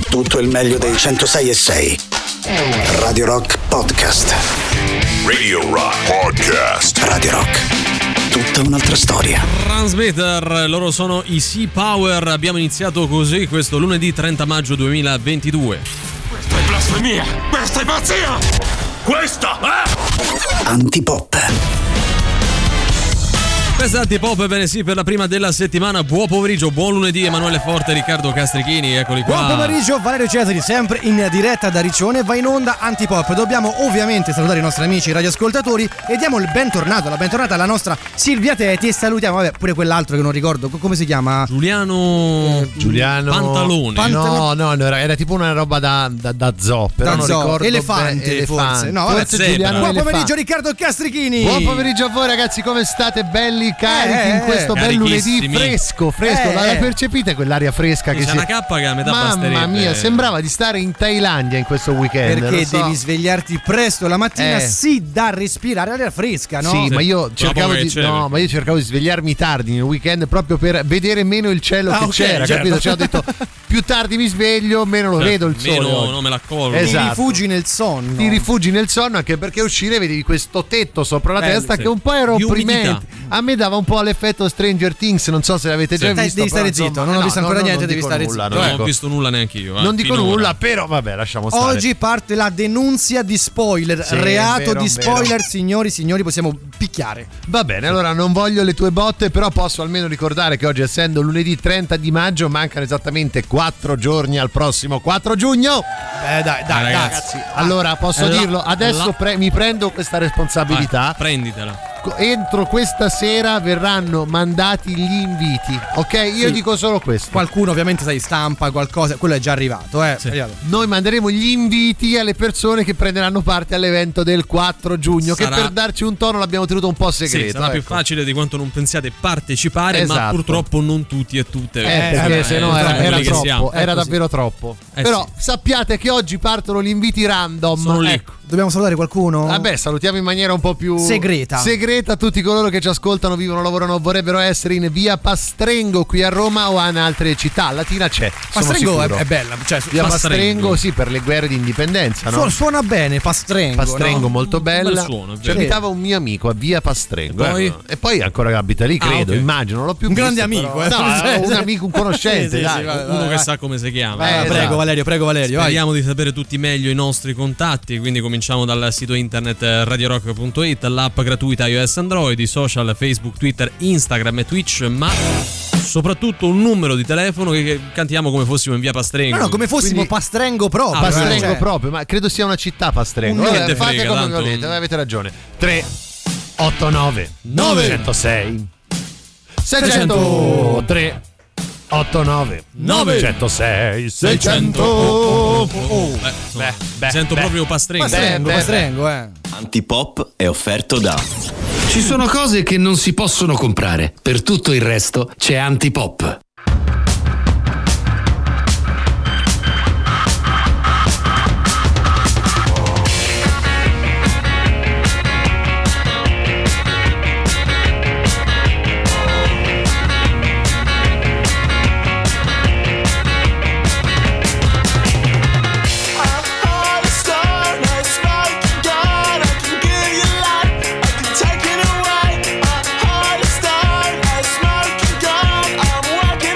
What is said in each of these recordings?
tutto il meglio dei 106.6. Radio Rock Podcast. Radio Rock Podcast. Radio Rock. Tutta un'altra storia. Transmitter, loro sono i Sea Power. Abbiamo iniziato così questo lunedì 30 maggio 2022. Questa è blasfemia! Questa è pazzia! Questa è Antipop. Questa è Antipop, bene sì, per la prima della settimana. Buon pomeriggio, buon lunedì, Emanuele Forte, Riccardo Castrichini, eccoli qua. Buon pomeriggio, Valerio Cesari, sempre in diretta da Riccione, va in onda Antipop. Dobbiamo ovviamente salutare i nostri amici radioascoltatori e diamo il bentornata alla nostra Silvia Teti e salutiamo, vabbè, pure quell'altro che non ricordo, come si chiama? Giuliano Pantalone. No, era tipo una roba da zoo, però non ricordo. Elefante, forse. No, vabbè, Giuliano buon pomeriggio Riccardo Castrichini. Buon pomeriggio a voi ragazzi, come state? Belli carichi in questo bel lunedì fresco. La percepite quell'aria fresca che c'è una cappa che a metà basterebbe. Mamma mia, sembrava di stare in Thailandia in questo weekend. Perché devi svegliarti presto la mattina, da respirare aria fresca, no? Sì, ma io cercavo di svegliarmi tardi nel weekend proprio per vedere meno il cielo che c'era, certo. capito? Cioè ho detto più tardi mi sveglio, meno lo vedo il sole. Meno non me l'accorgo. Esatto. Ti rifugi nel sonno. Ti rifugi nel sonno, anche perché uscire vedevi questo tetto sopra la testa che un po' era opprimente. A me dava un po' l'effetto Stranger Things, non so se l'avete già visto. Devi stare zitto, non ho visto ancora niente, devi stare zitto. Non ho visto nulla neanche io. Non dico nulla, però vabbè, lasciamo stare. Oggi parte la denunzia di spoiler, reato di spoiler, signori, possiamo picchiare. Va bene, allora non voglio le tue botte, però posso almeno ricordare che oggi, essendo lunedì 30 di maggio, mancano esattamente 4 giorni al prossimo 4 giugno. Dai, ragazzi. Allora, posso dirlo, adesso mi prendo questa responsabilità. Prenditela. Entro questa sera verranno mandati gli inviti, ok? Io dico solo questo. Qualcuno ovviamente stampa qualcosa, quello è già arrivato, Sì. Noi manderemo gli inviti alle persone che prenderanno parte all'evento del 4 giugno, che per darci un tono l'abbiamo tenuto un po' segreto. Sì, sarà più facile di quanto non pensiate partecipare, ma purtroppo non tutti e tutte. Perché se no era troppo, era così. davvero troppo. Però sappiate che oggi partono gli inviti random. Sono lì. Ecco. Dobbiamo salutare qualcuno? Vabbè, salutiamo in maniera un po' più segreta tutti coloro che ci ascoltano, vivono, lavorano o vorrebbero essere in via Pastrengo qui a Roma o in altre città. A Latina c'è. Pastrengo è bella, cioè via Pastrengo, sì, per le guerre di indipendenza, no? Suona bene Pastrengo, no? Molto bella. Ci abitava un mio amico a via Pastrengo e poi ancora abita lì, credo, immagino, l'ho più un visto, grande amico, no, un amico, un conoscente, dai. Uno che sa come si chiama. Prego Valerio, Speriamo di sapere tutti meglio i nostri contatti, quindi cominciamo dal sito internet radiorock.it, l'app gratuita iOS Android, i social Facebook, Twitter, Instagram e Twitch, ma soprattutto un numero di telefono che cantiamo come fossimo in via Pastrengo. No, come fossimo Pastrengo proprio. Pastrengo proprio, ma credo sia una città Pastrengo. Niente fate frega, come tanto volete, avete ragione. 389 906 600 389 906 600. Sento proprio Pastrengo. Antipop è offerto da... Ci sono cose che non si possono comprare. Per tutto il resto c'è Antipop. Working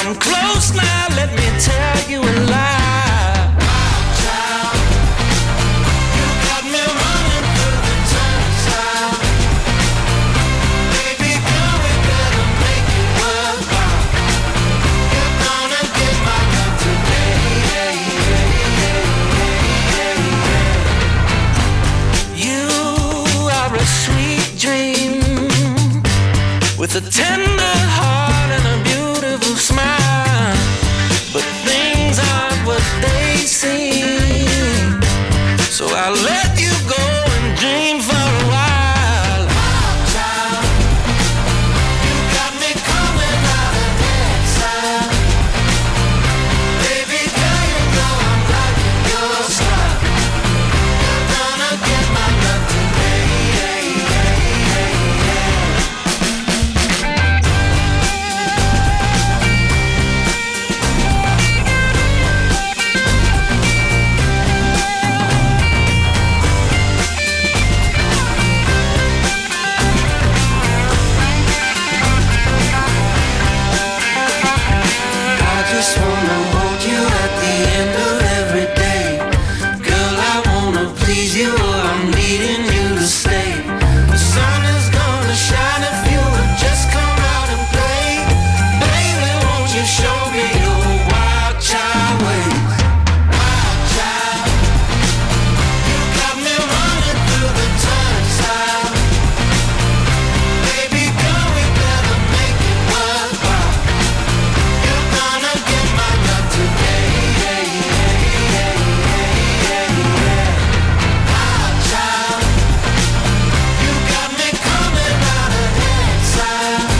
Listen close now, let me tell you a lie. With a tender heart and a beautiful smile, but things aren't what they seem. So I'll let you go and dream for a while. Child, you got me coming out of bed, child. Baby girl, you know I'm liking your style. You're gonna get my love today. Just wanna hold you at the end of every day. Girl, I wanna please you or I'm needing you to stay. The sun is gonna shine if you would just come out and play. Baby, won't you show me your wild child ways? Wild child, you got me running through the turnstile. Baby girl, we better make it worthwhile. You're gonna get my love today. Wild child, you got me coming out of inside.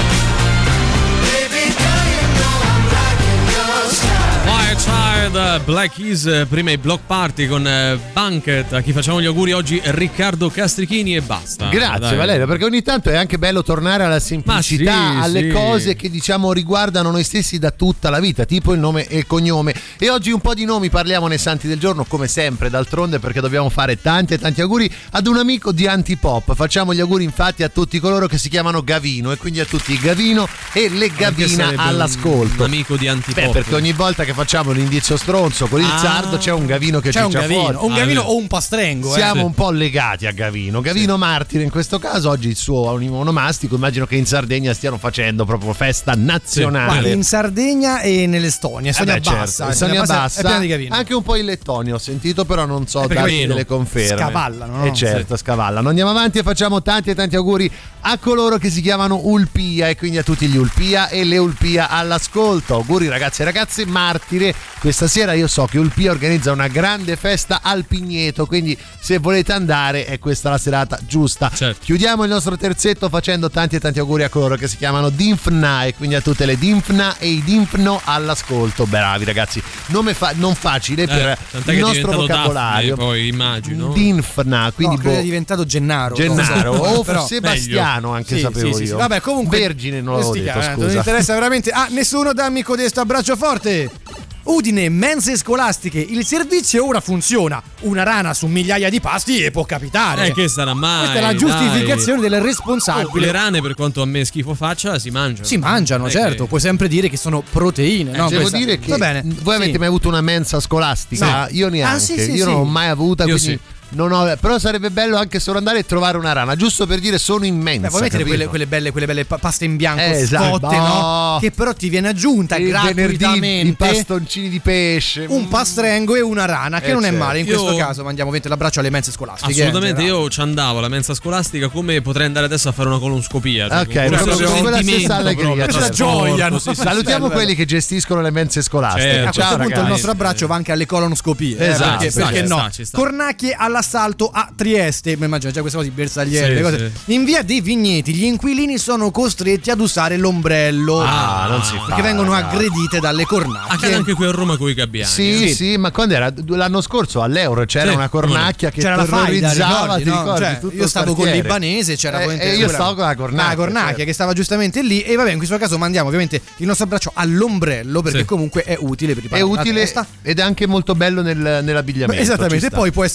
Baby girl, you know I'm liking your style. Wild Child, Black Keys, prima i Block Party con Banquet. A chi facciamo gli auguri oggi Riccardo Castrichini e basta. Grazie Dai. Valerio, perché ogni tanto è anche bello tornare alla semplicità, Ma sì, alle sì. cose che diciamo riguardano noi stessi da tutta la vita, tipo il nome e il cognome. E oggi un po' di nomi parliamo nei Santi del Giorno, come sempre, d'altronde, perché dobbiamo fare tanti e tanti auguri ad un amico di Antipop. Facciamo gli auguri infatti a tutti coloro che si chiamano Gavino, e quindi a tutti i Gavino e le Anche Gavina sarebbe all'ascolto. un amico di Antipop. Beh, perché ogni volta che facciamo l'indizio stronzo con il sardo c'è un Gavino che C'è un ciccia Gavino, fuori. o un Gavino o un Pastrengo. Siamo Sì. un po' legati a Gavino. Gavino Martire in questo caso, oggi il suo onomastico, immagino che in Sardegna stiano facendo proprio festa nazionale. In Sardegna e nell'Estonia, Estonia Bassa. Estonia È Bassa, piena di Gavino. anche un po' in Lettonia ho sentito, però non so perché darti meno. delle conferme. Scavallano, no? Certo, scavallano. Andiamo avanti e facciamo tanti e tanti auguri a coloro che si chiamano Ulpia, e quindi a tutti gli Ulpia e le Ulpia all'ascolto. Auguri ragazzi e ragazze. Martire, questa sera io so che Ulpia organizza una grande festa al Pigneto, quindi se volete andare è questa la serata giusta. Certo. Chiudiamo il nostro terzetto facendo tanti e tanti auguri a coloro che si chiamano Dinfna, e quindi a tutte le Dinfna e i Dinfno all'ascolto. Bravi ragazzi, nome non facile per tant'è il che è nostro diventato vocabolario. Daphne, poi immagino. Dinfna, quindi No, credo è diventato Gennaro. o Però- Sebastiano, anche Sì, sapevo sì, io. sì. Vabbè, comunque Vergine non l'avevo detto, non scusa. interessa veramente a nessuno. Dammi codesto abbraccio forte. Udine, mense scolastiche, il servizio ora funziona. Una rana su migliaia di pasti e può capitare. Che sarà mai? Questa è la giustificazione del responsabile. Le rane, per quanto a me schifo faccia, si mangiano. Si mangiano, certo, che- puoi sempre dire che sono proteine, no? Devo Questa- dire che va bene. voi avete Sì. mai avuto una mensa scolastica? No. Io neanche. Ah, sì, io non l'ho mai avuta, Io quindi sì. non ho, però sarebbe bello anche solo andare e trovare una rana, giusto per dire sono immensa. Beh, vuoi mettere capito? quelle belle paste in bianco Esatto. scotte, no? Che però ti viene aggiunta Il venerdì i gratuitamente pastoncini di pesce. un pastrengo e una rana, che non è certo. male. In Io- questo caso mandiamo ovviamente l'abbraccio alle mense scolastiche. Assolutamente, in generale. io ci andavo alla mensa scolastica come potrei andare adesso a fare una colonscopia. Ok, con proprio questo con quella sentimento stessa allegria, proprio, questa trasporto, gioia, no? sì, sì, Salutiamo sì, quelli che gestiscono le mense scolastiche. Certo. A questo Ciao punto ragazzi. il nostro abbraccio va anche alle colonoscopie. Esatto, Perché ci no? sta, ci sta. Cornacchie all'assalto a Trieste. Mi immagino già queste cose bersagliere. Sì, le cose. sì. In via dei Vigneti gli inquilini sono costretti ad usare l'ombrello. Non si fa. perché vengono ragazzi. aggredite dalle Accade cornacchie. anche qui a Roma con i gabbiani. Sì, ma quando era l'anno scorso all'Euro c'era Sì, una cornacchia che C'era la faida, terrorizzava, ricordi, ti no? ricordi? Cioè, tutto io il stavo con quartiere. l'Ibanese, c'era e io stavo con la cornacchia, certo. che stava giustamente lì. E vabbè, in questo caso mandiamo ovviamente il nostro abbraccio all'ombrello, perché Sì. comunque è utile per È riparare la utile testa. ed è anche molto bello nell'abbigliamento. Esattamente, ci e sta. poi può essere sempre il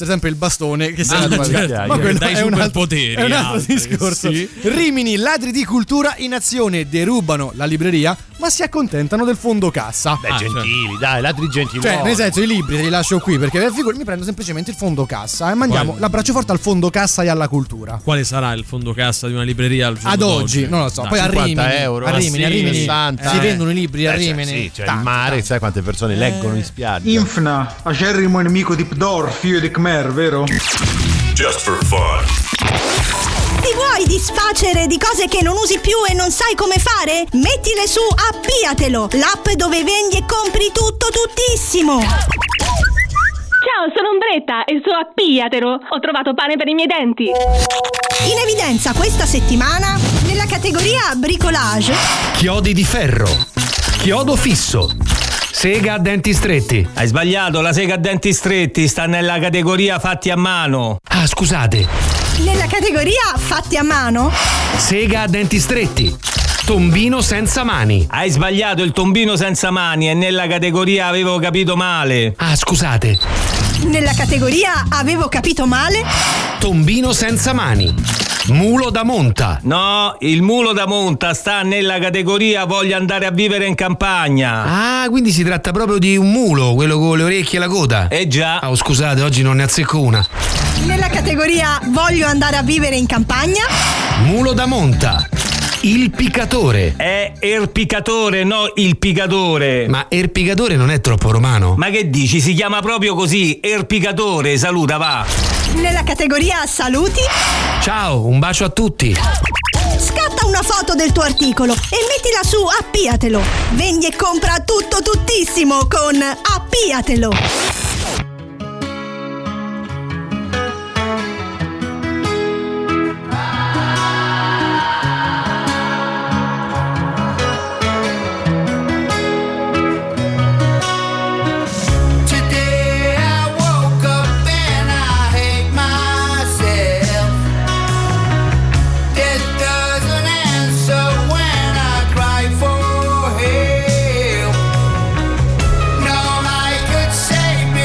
bastone che certo, ma quello dai è superpoteri, è un altro altri, discorso. sì. Rimini, ladri di cultura in azione, derubano la libreria ma si accontentano del fondo cassa. Beh, gentili, dai, ladri gentili. Cioè, nel senso, i libri te li lascio qui perché mi prendo semplicemente il fondo cassa e mandiamo l'abbraccio forte al fondo cassa e alla cultura. Quale sarà il fondo cassa di una libreria al giorno Ad oggi, d'oggi? non lo so. Dai, Poi a 50 Rimini, euro, a Rimini 60, si vendono i libri a cioè, Rimini. sì, cioè il Tanti, mare, tanti. sai quante persone leggono in spiaggia. Infna, acerrimo nemico di Pdor, figlio di Khmer, vero? Just for fun. Ti vuoi disfacere di cose che non usi più e non sai come fare? Mettile su Appiatelo, l'app dove vendi e compri tutto tuttissimo. Ciao, sono Ombretta e su Appiatelo ho trovato pane per i miei denti. In evidenza questa settimana nella categoria bricolage. Chiodi di ferro. Chiodo fisso. Sega a denti stretti. Hai sbagliato, la sega a denti stretti sta nella categoria fatti a mano. Ah, scusate. Nella categoria fatti a mano. Sega a denti stretti. Tombino senza mani. Hai sbagliato, il tombino senza mani è nella categoria avevo capito male. Ah, scusate. Nella categoria avevo capito male. Tombino senza mani. Mulo da monta. No, il mulo da monta sta nella categoria voglio andare a vivere in campagna. Ah, quindi si tratta proprio di un mulo, quello con le orecchie e la coda. Già. Oh, scusate, oggi non ne azzecco una. Nella categoria voglio andare a vivere in campagna. Mulo da monta. Il piccatore. È erpicatore, no il picatore. Ma erpicatore non è troppo romano? Ma che dici? Si chiama proprio così, erpicatore. Saluta, va. Nella categoria saluti. Ciao, un bacio a tutti. Scatta una foto del tuo articolo e mettila su Appiatelo. Vendi e compra tutto tuttissimo con Appiatelo. Today I woke up and I hate myself. Death doesn't answer when I cry for help. No, I could save me.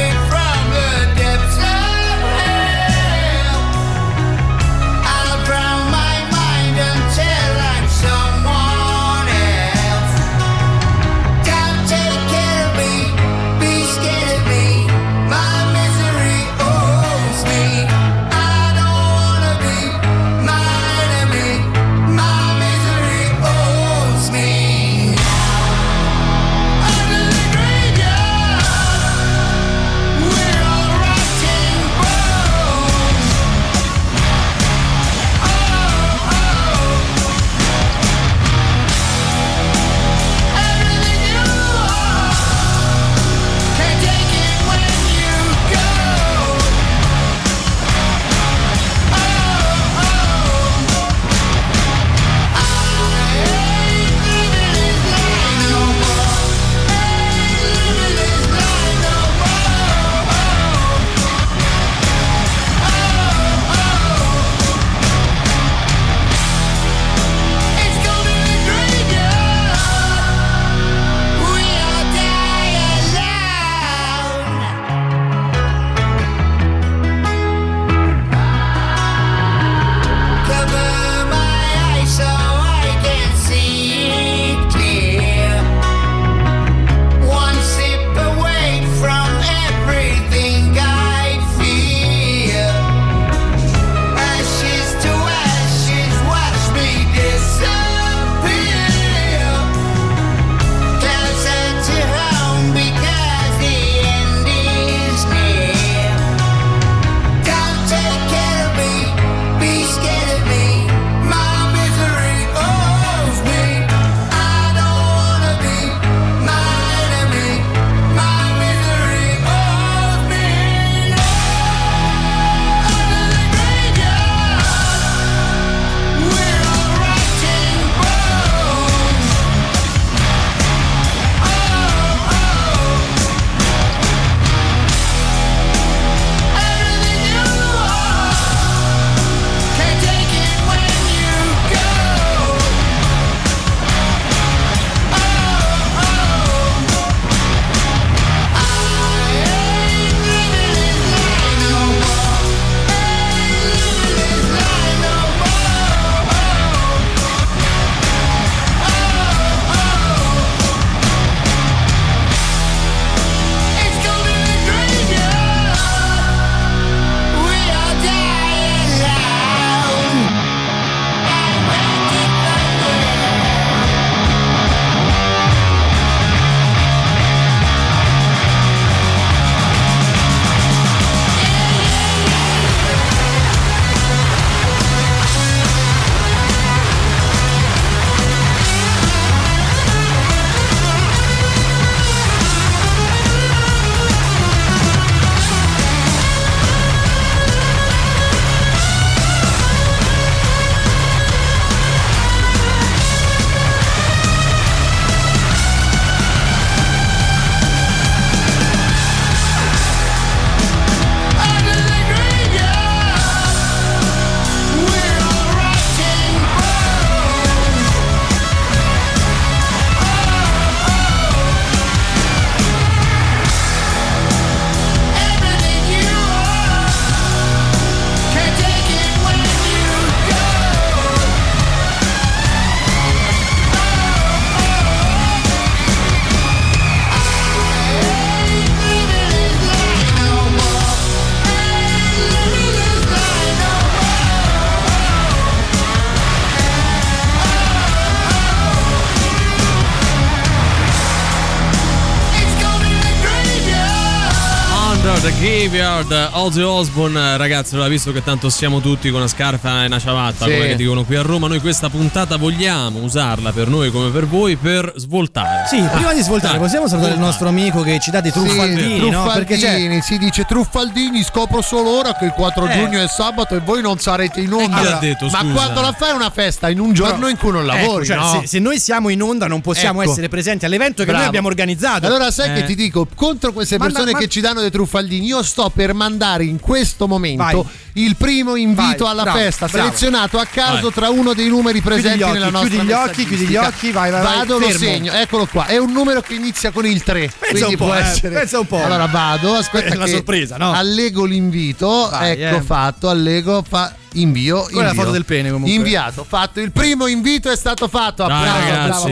Graveyard, Ozzy Osbourne. Ragazzi, allora, visto che tanto siamo tutti con una scarpa e una ciabatta, come che dicono qui a Roma, noi questa puntata vogliamo usarla per noi come per voi per svoltare. Sì, prima di svoltare possiamo salutare il nostro amico che ci dà dei truffaldini, no? Perché si dice truffaldini, scopro solo ora che il 4 giugno è sabato e voi non sarete in onda. Chi l'ha detto, ma scusa? quando la fai una festa in un giorno in cui non lavori, cioè, no? se noi siamo in onda non possiamo essere presenti all'evento che noi abbiamo organizzato. Allora sai che ti dico, contro queste persone che ci danno dei truffaldini, io sto per mandare in questo momento il primo invito alla festa, selezionato a caso tra uno dei numeri presenti nella nostra chiudi gli occhi, vai. Vado, lo fermo. segno, eccolo qua, è un numero che inizia con il 3. Pensa un po', pensa un po'. Allora vado, aspetta è una sorpresa, no? Allego l'invito, fatto, allego, invio. Quella è la foto del pene comunque. Inviato, fatto, il primo invito è stato fatto. Applauso.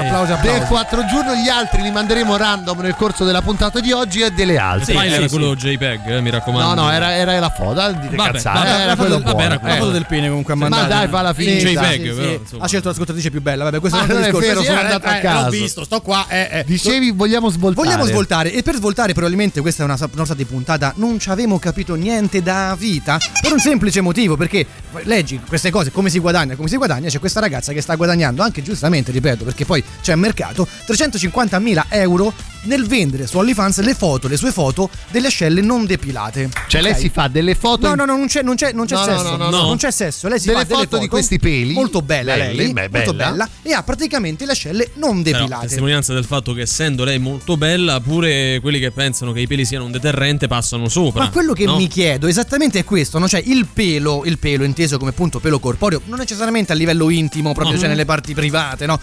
Del 4 giugno, gli altri li manderemo random nel corso della puntata di oggi e delle altre. Era quello JPEG, mi raccomando. No, era la foto, dite cazzate, era quello buono. La foto del pene comunque ha mandato. Ma dai, fa la finta. JPEG, però, ha scelto l'ascoltatrice più bella, vabbè, questo è un altro discorso. Però sono andato a caso. L'ho visto, sto qua. Dicevi, vogliamo svoltare. E per svoltare probabilmente questa è una nostra di puntata, non ci avevamo capito niente da vita per un semplice motivo, perché leggi queste cose, come si guadagna, c'è questa ragazza che sta guadagnando anche giustamente, ripeto, perché poi c'è mercato, 350.000 euro nel vendere su OnlyFans le sue foto delle ascelle non depilate. Cioè lei si fa delle foto? No, non c'è sesso. Non c'è sesso, lei si fa delle foto di questi peli. molto bella lei, molto bella, e ha praticamente le ascelle non depilate. Però, testimonianza del fatto che essendo lei molto bella, pure quelli che pensano che i peli siano un deterrente passano sopra. Ma quello che mi chiedo esattamente è questo, no? Cioè il pelo inteso come appunto pelo corporeo, non necessariamente a livello intimo, proprio cioè nelle parti private, no?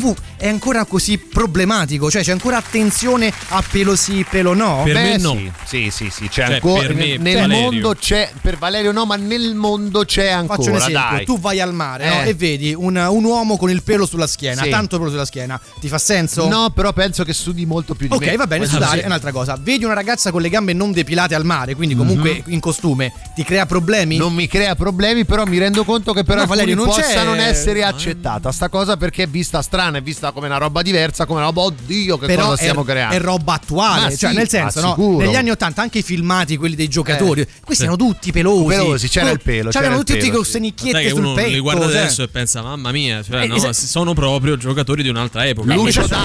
È ancora così problematico, cioè c'è ancora attenzione a pelo sì, pelo no? Per me no. Sì, c'è ancora. Per me, nel mondo c'è, per Valerio no, ma nel mondo c'è ancora. Faccio un esempio, dai. Tu vai al mare, no? E vedi un uomo con il pelo sulla schiena, tanto pelo sulla schiena, ti fa senso? No, però penso che sudi molto più di me. Ok, va bene, sudare è un'altra cosa. Vedi una ragazza con le gambe non depilate al mare, quindi comunque in costume, ti crea problemi? Non mi crea problemi, però mi rendo conto che per alcuni Valerio, possa non essere accettata sta cosa, perché è vista strana, è vista come una roba diversa, come una roba, oddio, che però cosa stiamo creando. È roba attuale, cioè nel senso, no? Negli anni 80 anche i filmati, quelli dei giocatori, questi erano tutti pelosi, c'era il pelo, c'erano tutti queste nicchiette sul uno petto. Li guarda adesso e pensa, mamma mia, cioè, sono proprio giocatori di un'altra epoca.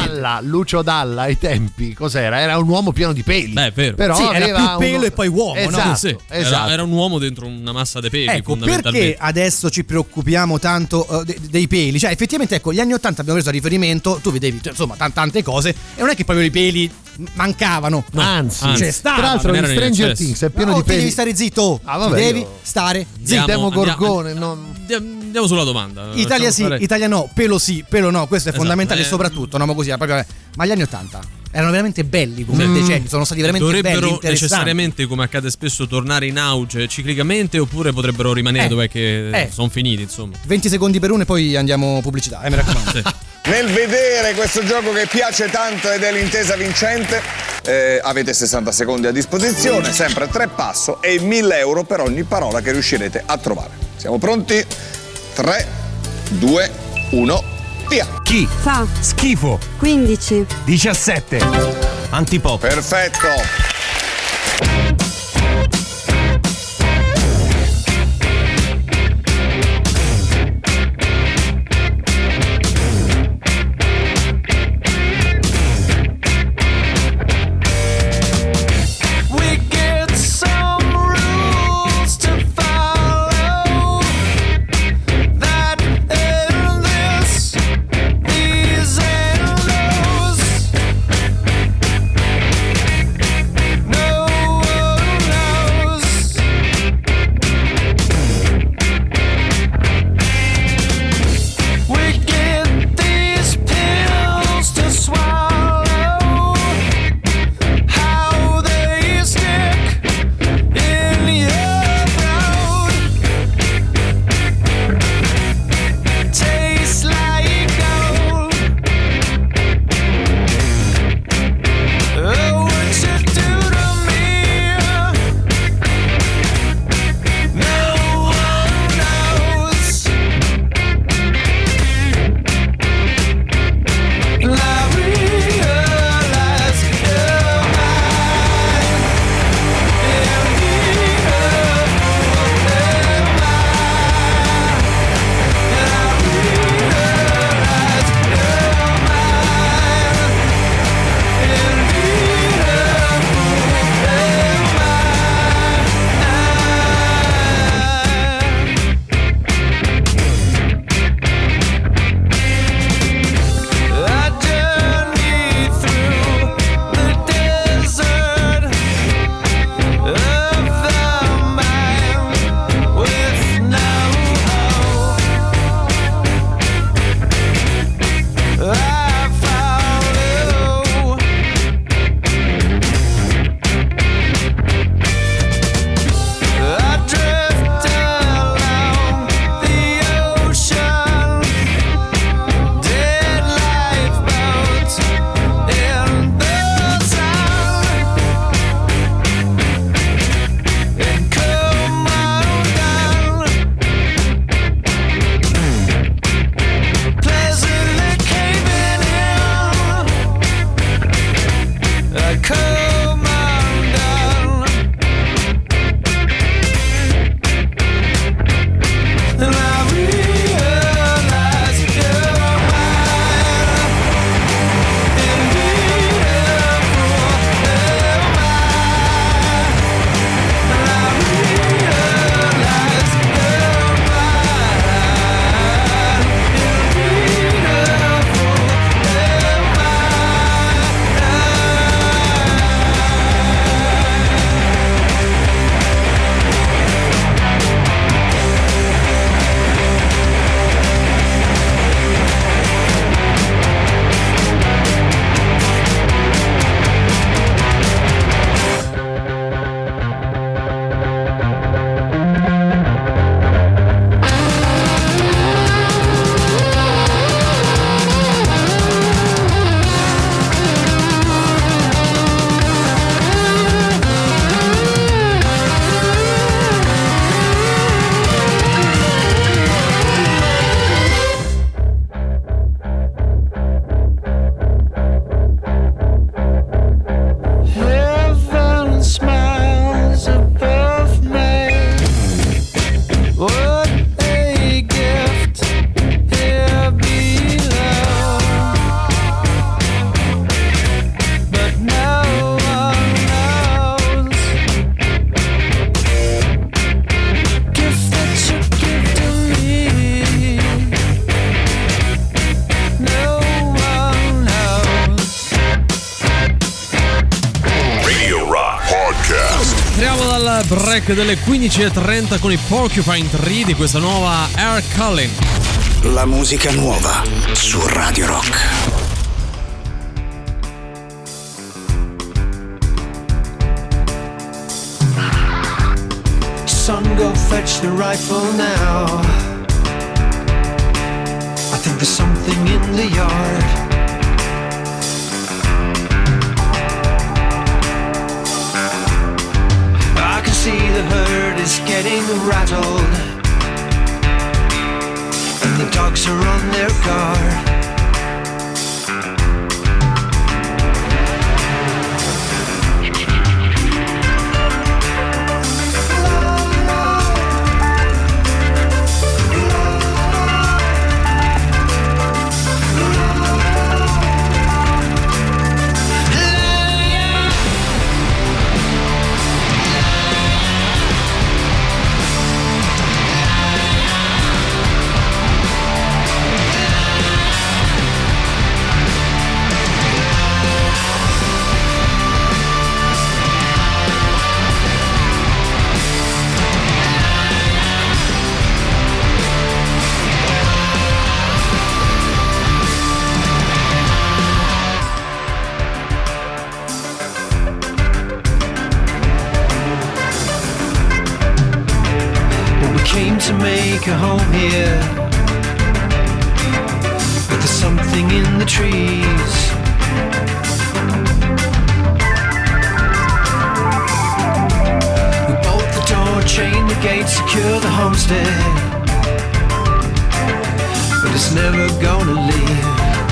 Lucio Dalla ai tempi cos'era? Era un uomo pieno di peli. Beh, è vero. Però era più pelo e poi uomo, esatto, no? Era un uomo dentro una massa di peli. Ecco, perché adesso ci preoccupiamo tanto dei peli? Cioè, effettivamente, ecco, gli anni 80 abbiamo preso a riferimento, tu vedevi, insomma, tante cose, e non è che proprio i peli mancavano. No, anzi, cioè, tra l'altro in Stranger Things è pieno di peli. Devi stare zitto. Devi stare zitto. Gorgone. Andiamo sulla domanda. Italia sì, Italia no, pelo sì, pelo no, questo è fondamentale, soprattutto, no, ma così, proprio, ma gli anni 80 erano veramente belli come decenni, sono stati veramente belli, dovrebbero necessariamente, come accade spesso, tornare in auge ciclicamente, oppure potrebbero rimanere dov'è che sono finiti, insomma. 20 secondi per uno e poi andiamo pubblicità, mi raccomando. Sì. Nel vedere questo gioco che piace tanto ed è l'intesa vincente, avete 60 secondi a disposizione, sempre 3 passo e 1.000 euro per ogni parola che riuscirete a trovare. Siamo pronti? 3, 2, 1, via! Chi? Fa. Schifo. 15. 17. Antipop. Perfetto! No Usciamo dal break delle 15:30 con i Porcupine Tree di questa nuova Air Calling. La musica nuova su Radio Rock. Son, go fetch the rifle now. I think there's something in the yard. I can see the herd is getting rattled, and the dogs are on their guard. To make a home here, but there's something in the trees. We bolt the door, chain the gate, secure the homestead, but it's never gonna leave.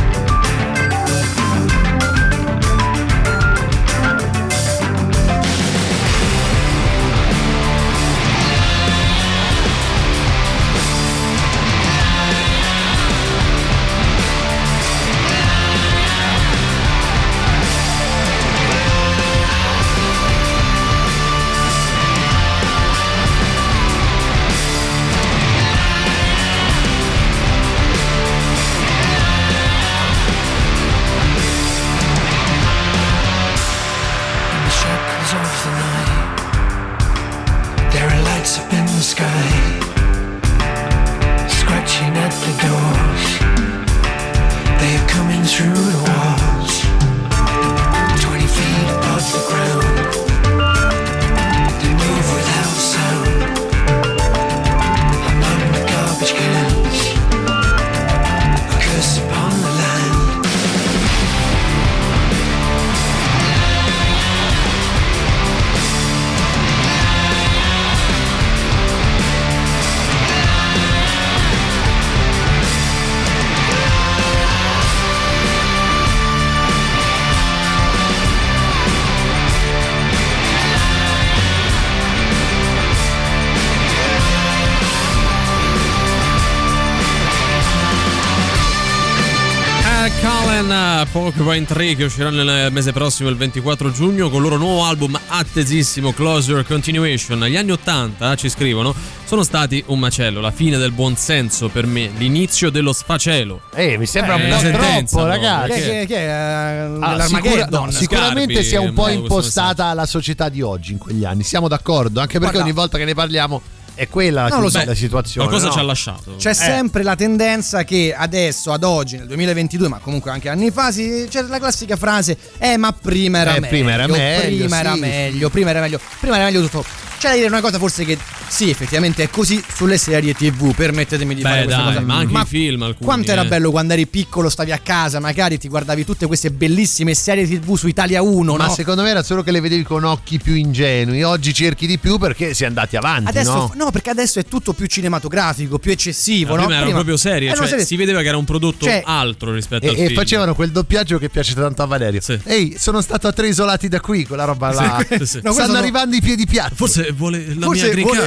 Porcupine Tree, che uscirà nel mese prossimo, il 24 giugno, con il loro nuovo album attesissimo, Closer Continuation. Gli anni 80, ci scrivono, sono stati un macello, la fine del buonsenso per me, l'inizio dello sfacelo. Mi sembra un po' troppo, ragazzi. Che è l'Armageddon? Sicuramente si è un po' impostata la società di oggi in quegli anni, siamo d'accordo, anche perché ogni volta che ne parliamo è quella la situazione. Qualcosa ci ha lasciato. C'è sempre la tendenza che adesso, ad oggi, nel 2022, ma comunque anche anni fa, c'è la classica frase: ma prima era meglio. Prima era meglio tutto. C'è da dire una cosa forse che sì, effettivamente è così sulle serie TV, permettetemi di fare questa cosa. Ma anche i film alcuni. Quanto era bello quando eri piccolo, stavi a casa, magari ti guardavi tutte queste bellissime serie TV su Italia 1, ma secondo me era solo che le vedevi con occhi più ingenui. Oggi cerchi di più perché si è andati avanti, adesso, no, perché adesso è tutto più cinematografico, più eccessivo, no? Prima erano proprio serie, si vedeva che era un prodotto altro rispetto al film. E facevano quel doppiaggio che piace tanto a Valerio. Sì. Ehi, sono stato a 3 isolati da qui, quella roba là. Sì. No, stanno arrivando i piedi piatti. Forse vuole la mia green card.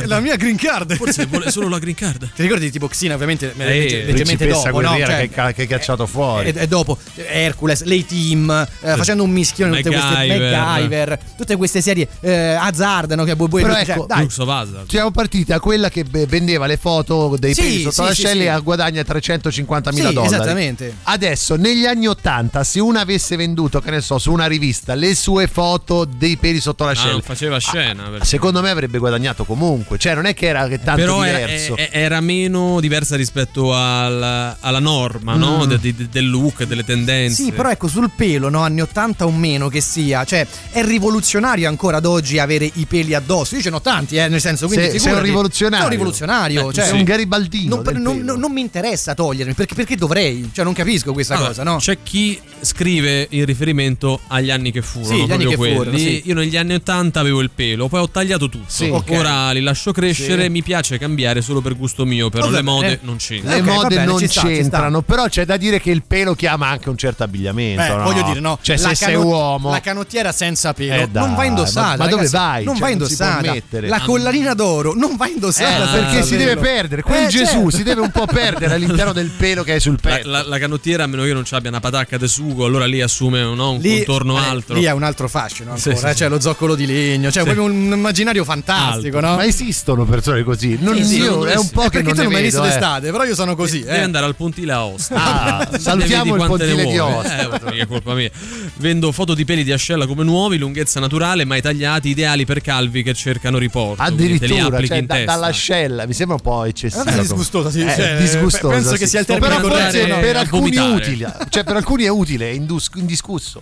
la mia green card. Forse vuole solo la green card. Ti ricordi tipo Xina, ovviamente leggermente dopo, no? Che hai cacciato fuori. E dopo Hercules, l'A-Team, facendo un mischione tutte queste MacGyver, tutte queste serie Hazard, no? Che però ecco, siamo partiti a quella che vendeva le foto dei peli sotto l'ascella e guadagna $350.000. Esattamente. Adesso negli anni 80 se una avesse venduto, che ne so, su una rivista le sue foto dei peli sotto l'ascella, non faceva scena, secondo me avrebbe guadagnato comunque, cioè non è che era tanto però diverso, era meno diversa rispetto alla norma, no? Del look, delle tendenze. Sì, però ecco, sul pelo, no, anni 80 o meno che sia, cioè è rivoluzionario ancora ad oggi avere i peli addosso. Io ce n'ho tanti, nel senso, quindi sei un rivoluzionario. Sono rivoluzionario, cioè sei un garibaldino. Non mi interessa togliermi, perché dovrei? Cioè non capisco questa cosa, no? C'è chi scrive in riferimento agli anni che furono, gli anni che furono, sì. Io negli anni 80 avevo il pelo, poi ho tagliato tutto. Sì, okay. Ora li lascio crescere, mi piace cambiare solo per gusto mio, però le mode non c'entrano. Le mode non c'entrano, però c'è da dire che il pelo chiama anche un certo abbigliamento, no? Voglio dire, no, cioè se sei uomo, la canottiera senza pelo non va indossata. Ma dove vai? Non va indossata. La collanina d'oro non va indossata perché si deve perdere. Quel Gesù si deve un po' perdere all'interno del pelo che hai sul petto. La canottiera, a meno che non ci abbia una patacca di sugo, allora lì assume un contorno altro. Lì è un altro fascino ancora, cioè lo zoccolo di legno, cioè proprio un immaginario fantastico, no? Ma esistono persone così? Io è un po' che non ne vedo. Perché tu non mi hai visto d'estate, però io sono così. Devi andare al Pontile a Ostia. Salutiamo il Pontile di Ostia. Che è colpa mia. Vendo foto di peli di ascella come nuovi, lunghezza naturale, mai tagliati, ideali per calvi che cercano riporto. Addirittura, cioè, dall'ascella mi sembra un po' eccessivo. È disgustosa, sì. Disgustosa. Penso che sia il termine però forse corretto. Per alcuni è utile, cioè per alcuni è utile, è indiscusso.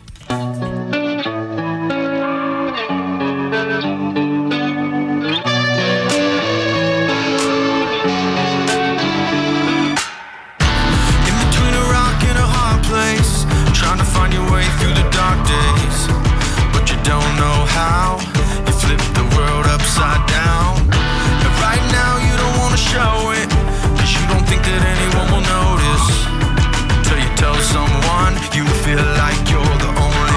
Trying to find your way through the dark days, but you don't know how. You flip the world upside down, and right now you don't want to show it, cause you don't think that anyone will notice, till you tell someone you feel like you're the only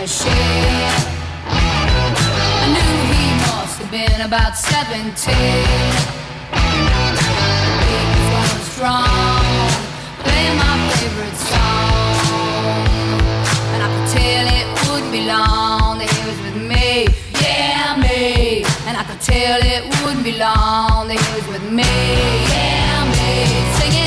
machine. I knew he must have been about 17. He was going strong, playing my favorite song, and I could tell it wouldn't be long that he was with me, yeah, me. And I could tell it wouldn't be long that he was with me, yeah, me. Singing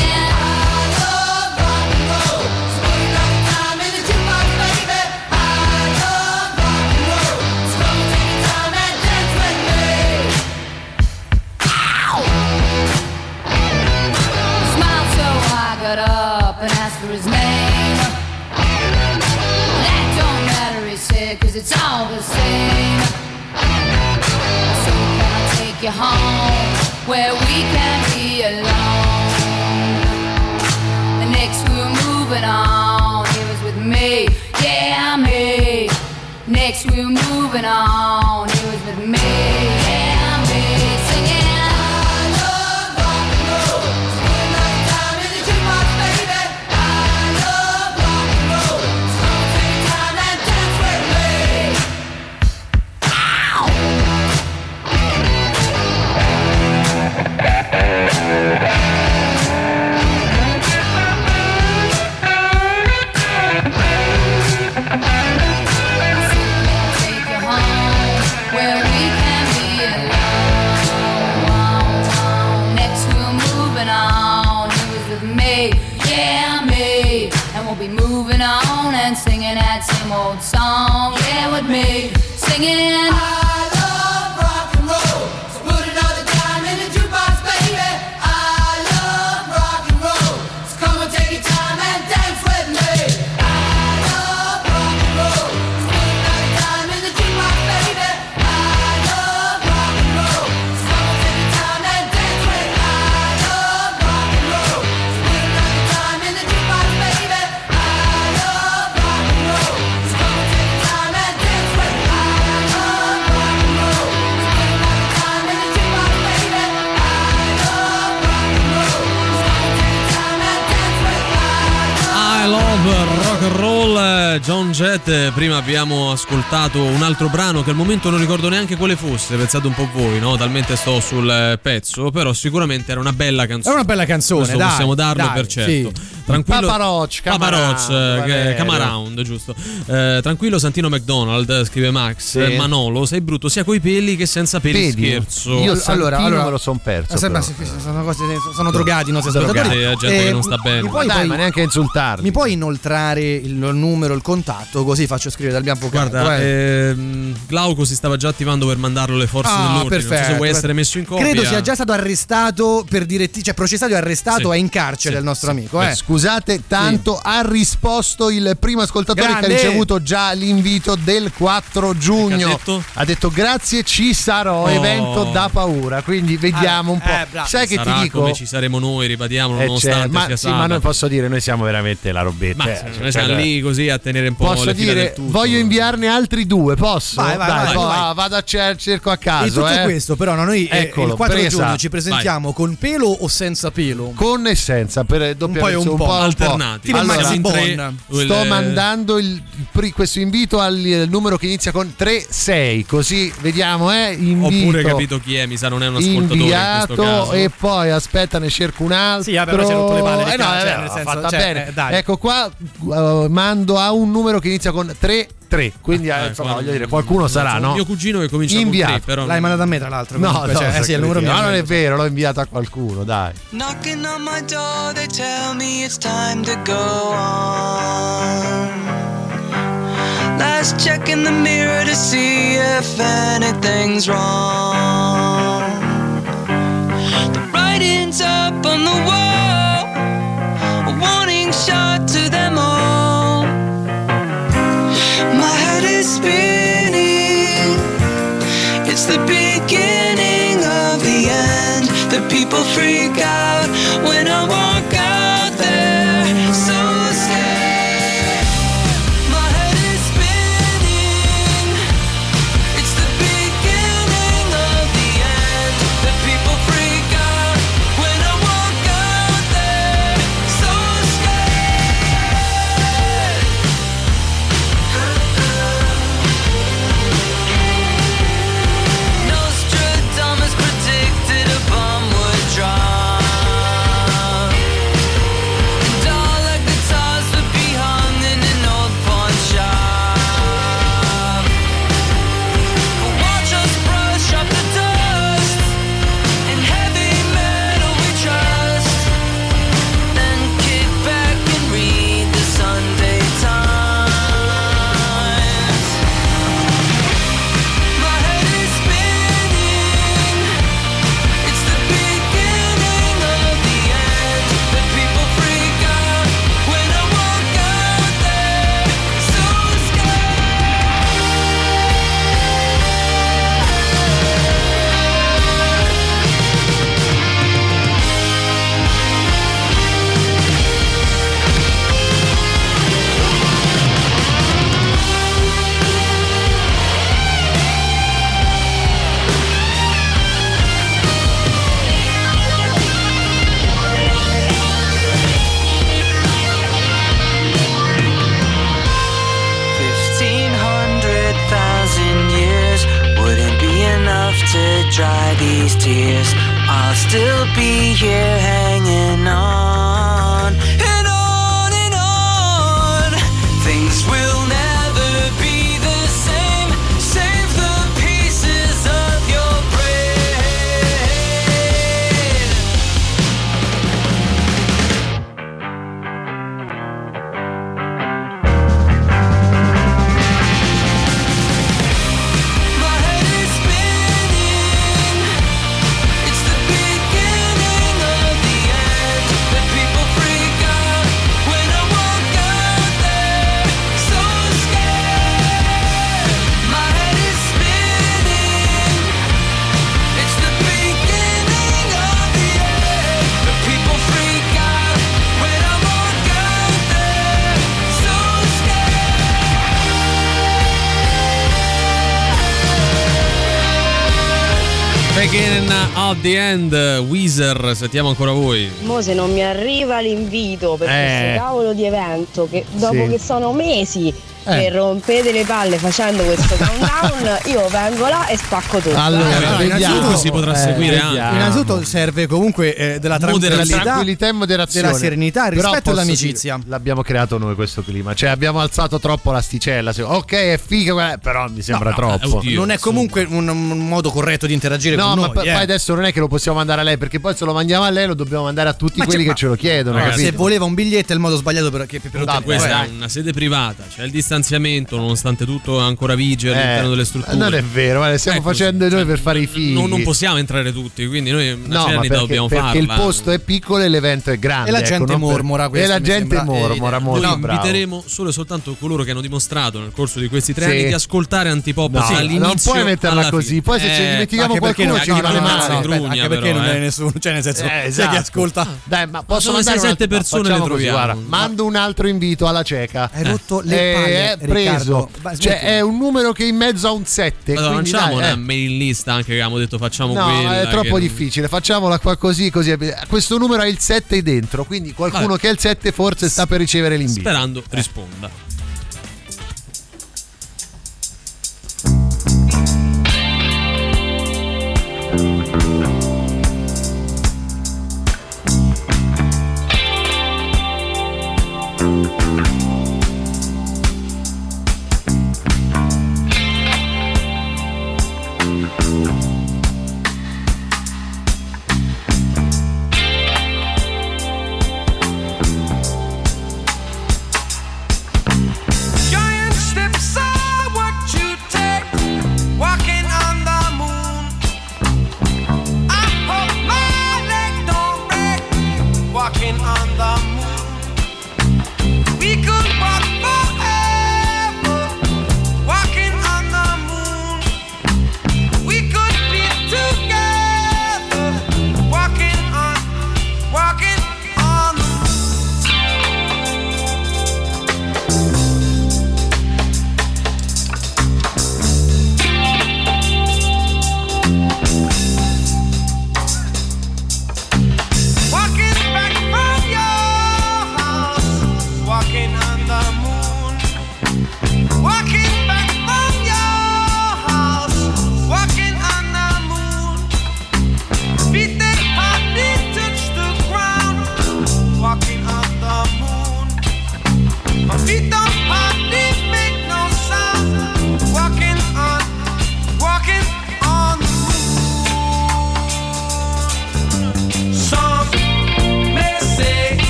up and asked for his name. That don't matter, he said, 'cause it's all the same. So can I take you home where we can be alone? The next we were moving on, he was with me, yeah, me. Next we were moving on, he was with me, yeah, me. Singing moving on and singing that same old song, yeah, with me, singing I love rock and roll, so put another dime in the jukebox, baby. I love rock and roll, so come and take your time and dance with me. I love rock and roll, so put another dime in the jukebox, baby. I love rock and roll, so come and take your time and dance with me. I love rock and roll, so put another dime in the jukebox, baby. Rock and roll, John Jett. Prima abbiamo ascoltato un altro brano che al momento non ricordo neanche quale fosse, pensate un po' voi, no? Talmente sto sul pezzo, però sicuramente era una bella canzone. È una bella canzone, questo dai, possiamo darlo, dai, per certo. Sì. Tranquillo. Papa Roach, Come Around, giusto. Tranquillo Santino McDonald, scrive Max, sì. Manolo, sei brutto sia coi peli che senza peli. Vedi? Scherzo. Io allora me lo son perso. Sono cose, sono drogati i nostri ascoltatori. È gente che non sta bene. Ma neanche insultarli. Mi puoi inoltrare il numero, il contatto, così faccio scrivere dal mio avvocato. Guarda, Glauco si stava già attivando per mandarlo alle forze dell'ordine. Perfetto, non so se vuoi essere messo in copia. Credo sia già stato arrestato per cioè processato e arrestato, sì. è in carcere il nostro amico. Scusate, tanto ha risposto il primo ascoltatore Grande. che ha ricevuto già l'invito del 4 giugno. Ha detto grazie, ci sarò, evento da paura. Quindi vediamo un po'. Sai che ti dico? Come ci saremo noi, ribadiamolo, nonostante sia sabato. Ma noi posso dire, noi siamo veramente la robetta. Noi siamo lì così a tenere un po' posso le fila dire, del tutto. voglio inviarne altri 2, posso? Vai. Vado a cerco a caso. E tutto questo, però, noi il 4 giugno ci presentiamo con pelo o senza pelo? Con e senza, per doppia un po' alternati. Allora, sto mandando questo invito al numero che inizia con 36, così vediamo, invito. Oppure capito chi è, mi sa non è un ascoltatore inviato, in questo caso. E poi aspetta, ne cerco un altro. Sì, però ci ha rotto le palle. Fatta bene. Ecco qua, mando a un numero che inizia con 3, quindi voglio dire, qualcuno sarà, no? Mio cugino che comincia inviato. con 3, però l'hai mandato a me, tra l'altro. No, sì, è il numero mio. Ma non è vero, l'ho inviato a qualcuno, dai. Knocking on my door, they tell me it's time to go on. Last check in the mirror to see if anything's wrong. The writing's up on the wall, a warning shot to them all. My head is spinning, it's the beginning of the end. The people freak out when I walk out there, so scared. My head is spinning, it's the beginning of the end. The people freak out when I walk out there, so scared. dry these tears, I'll still be here hanging on. And on and on. Things will never be the same. Save the pieces of your brain. My head is spinning. It's the beginning of the end. The people freak out when I walk out there, so scared. My head is spinning. It's the beginning of the end. The people freak out when I walk out there, so Beginning of the End, Weezer, sentiamo ancora voi. Mo se non mi arriva l'invito per questo cavolo di evento, che dopo Sì. che sono mesi che rompete le palle facendo questo countdown, io vengo là e spacco tutto. Allora, innanzitutto si potrà seguire anche. Innanzitutto serve comunque della tranquillità e moderazione, della serenità, Però rispetto posso all'amicizia. dire, l'abbiamo creato noi questo clima, cioè abbiamo alzato troppo l'asticella. Ok, è figa, però mi sembra troppo. Non è comunque un modo corretto di interagire No, con ma noi. poi adesso non è che lo possiamo mandare a lei, perché poi se lo mandiamo a lei lo dobbiamo mandare a tutti quelli che ce lo chiedono. Ragazzi, se capito? voleva un biglietto è il modo sbagliato per ottenere. Questa è una sede privata, c'è il distanziamento, nonostante tutto ancora vige all'interno delle strutture. Non è vero, guarda, stiamo facendo noi per fare i figli. Non possiamo entrare tutti, quindi noi una No, ma serenità dobbiamo farla. perché il posto è piccolo e l'evento è grande. E la gente non per- mormora, E questo la mi gente sembra. mormora molto. Noi bravo. inviteremo solo e soltanto coloro che hanno dimostrato nel corso di questi 3 Sì. anni di ascoltare Antipop No, dall'inizio non puoi metterla alla così. fine. Poi se ci dimentichiamo anche perché qualcuno non- ci no, rimane no, no, male. no, aspetta, anche perché non è nessuno, cioè nel senso sai esatto. chi ascolta. Dai, ma posso sono mandare 6-7 persone, facciamo le così, troviamo. guarda, mando un altro invito alla cieca. Hai rotto le palle, È preso. Riccardo. Cioè è un numero che è in mezzo a un 7. Allora, quindi lanciamo dai, una mailing list anche che avevamo detto facciamo No, quella. è troppo che- difficile. Facciamola qua così. Questo numero ha il 7 dentro. Quindi qualcuno Vabbè. che ha il 7 forse sta per ricevere l'invito. Sperando risponda.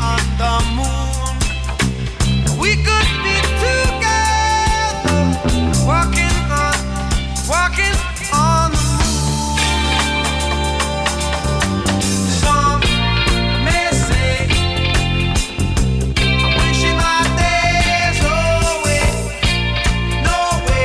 on the moon. We could be together, walking on the moon. Some may say I'm wishing my days away. No way.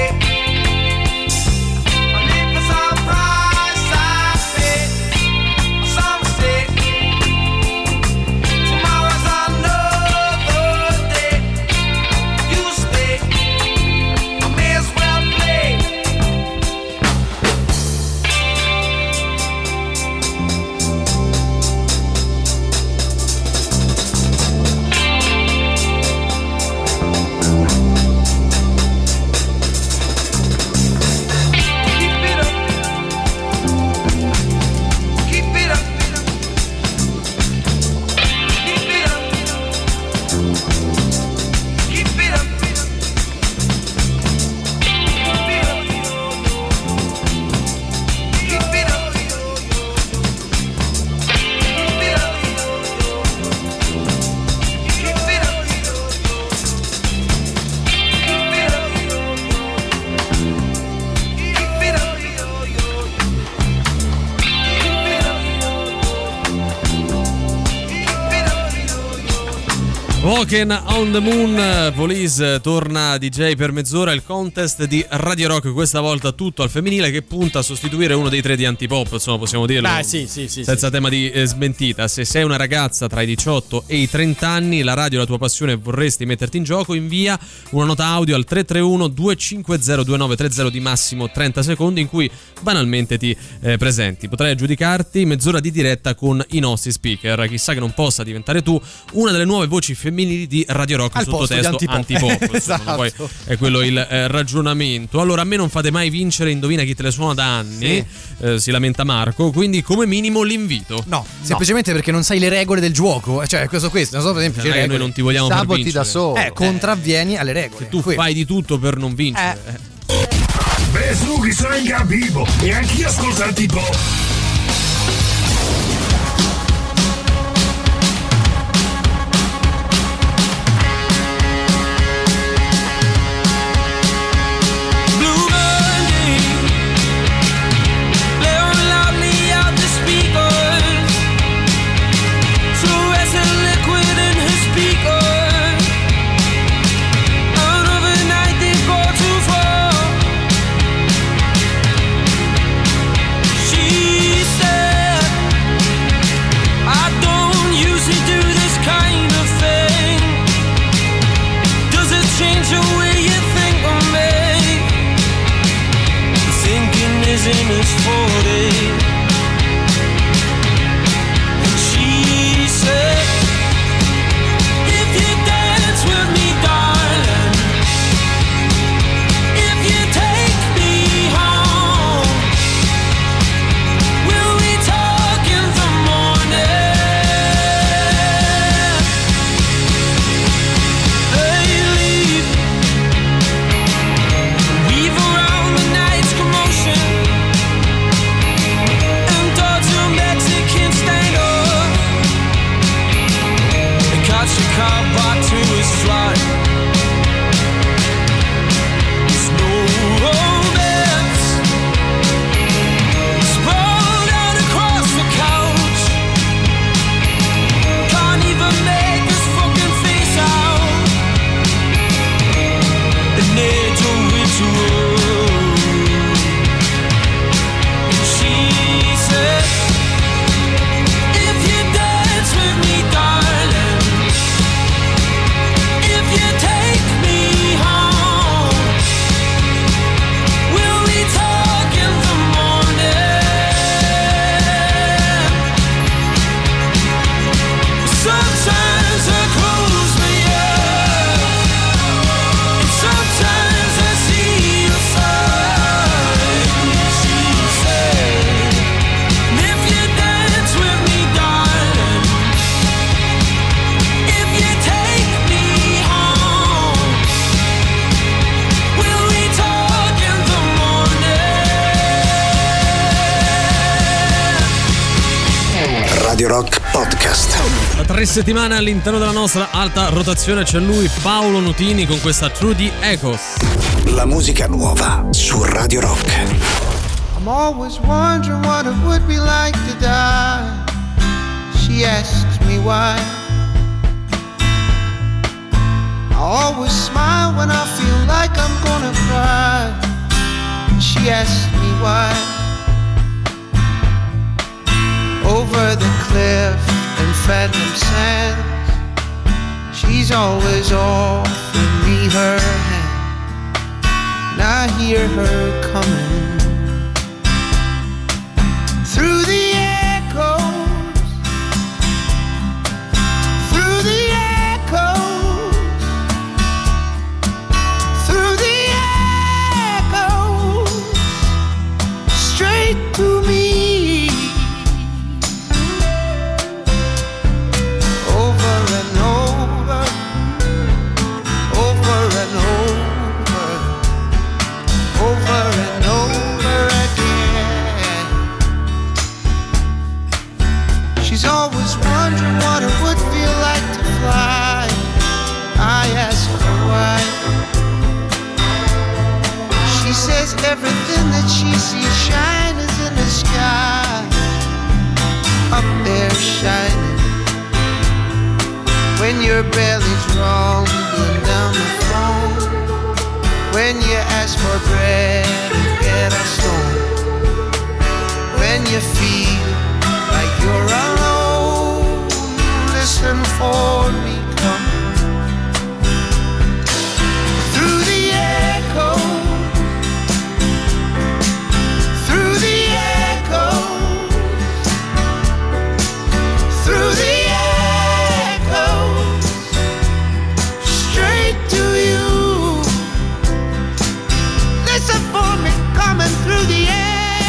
And if it's a price I pay, some say tomorrow's another day. You stay, I may as well play. Keep it up, keep it up, keep it up, keep it up, keep it up, Walking on the Moon, Police torna DJ per mezz'ora, il contest di Radio Rock, questa volta tutto al femminile, che punta a sostituire uno dei tre di Antipop, insomma possiamo dirlo. Sì, senza tema di smentita. Se sei una ragazza tra i 18 e i 30 anni, la radio è la tua passione e vorresti metterti in gioco, invia una nota audio al 331 250 2930 di massimo 30 secondi in cui banalmente ti presenti. Potrai aggiudicarti mezz'ora di diretta con i nostri speaker. Chissà che non possa diventare tu una delle nuove voci femminili di Radio Rock al sottotesto Antipop. Esatto. Poi è quello il ragionamento. Allora, a me non fate mai vincere Indovina chi te le suona da anni, si lamenta Marco, quindi come minimo l'invito. No, semplicemente perché non sai le regole del gioco. Cioè, questo, non so, per esempio, le regole. Noi non ti vogliamo far Saboti vincere. da solo. Contravvieni alle regole. Se tu fai di tutto per non vincere. Beh, su, chi sono in capivo e anch'io ascolto Antipop. She podcast. Da 3 settimane all'interno della nostra alta rotazione c'è lui, Paolo Nutini, con questa Through the Echoes. La musica nuova su Radio Rock. I'm always wondering what it would be like to die. She asks me why. I always smile when I feel like I'm gonna cry. She asks me why. Over the cliff in phantom sands, she's always offering me her hand, and I hear her coming through the echoes, through the echoes, through the echoes, straight to me. She's always wondering what it would feel like to fly. I ask her why. She says everything that she sees shine is in the sky, up there shining. When your belly's rumbling down the phone, when you ask for bread and get a stone, when you feel like you're alone, listen for me coming through the echo, through the echo, through the echo, straight to you. Listen for me coming through the echo.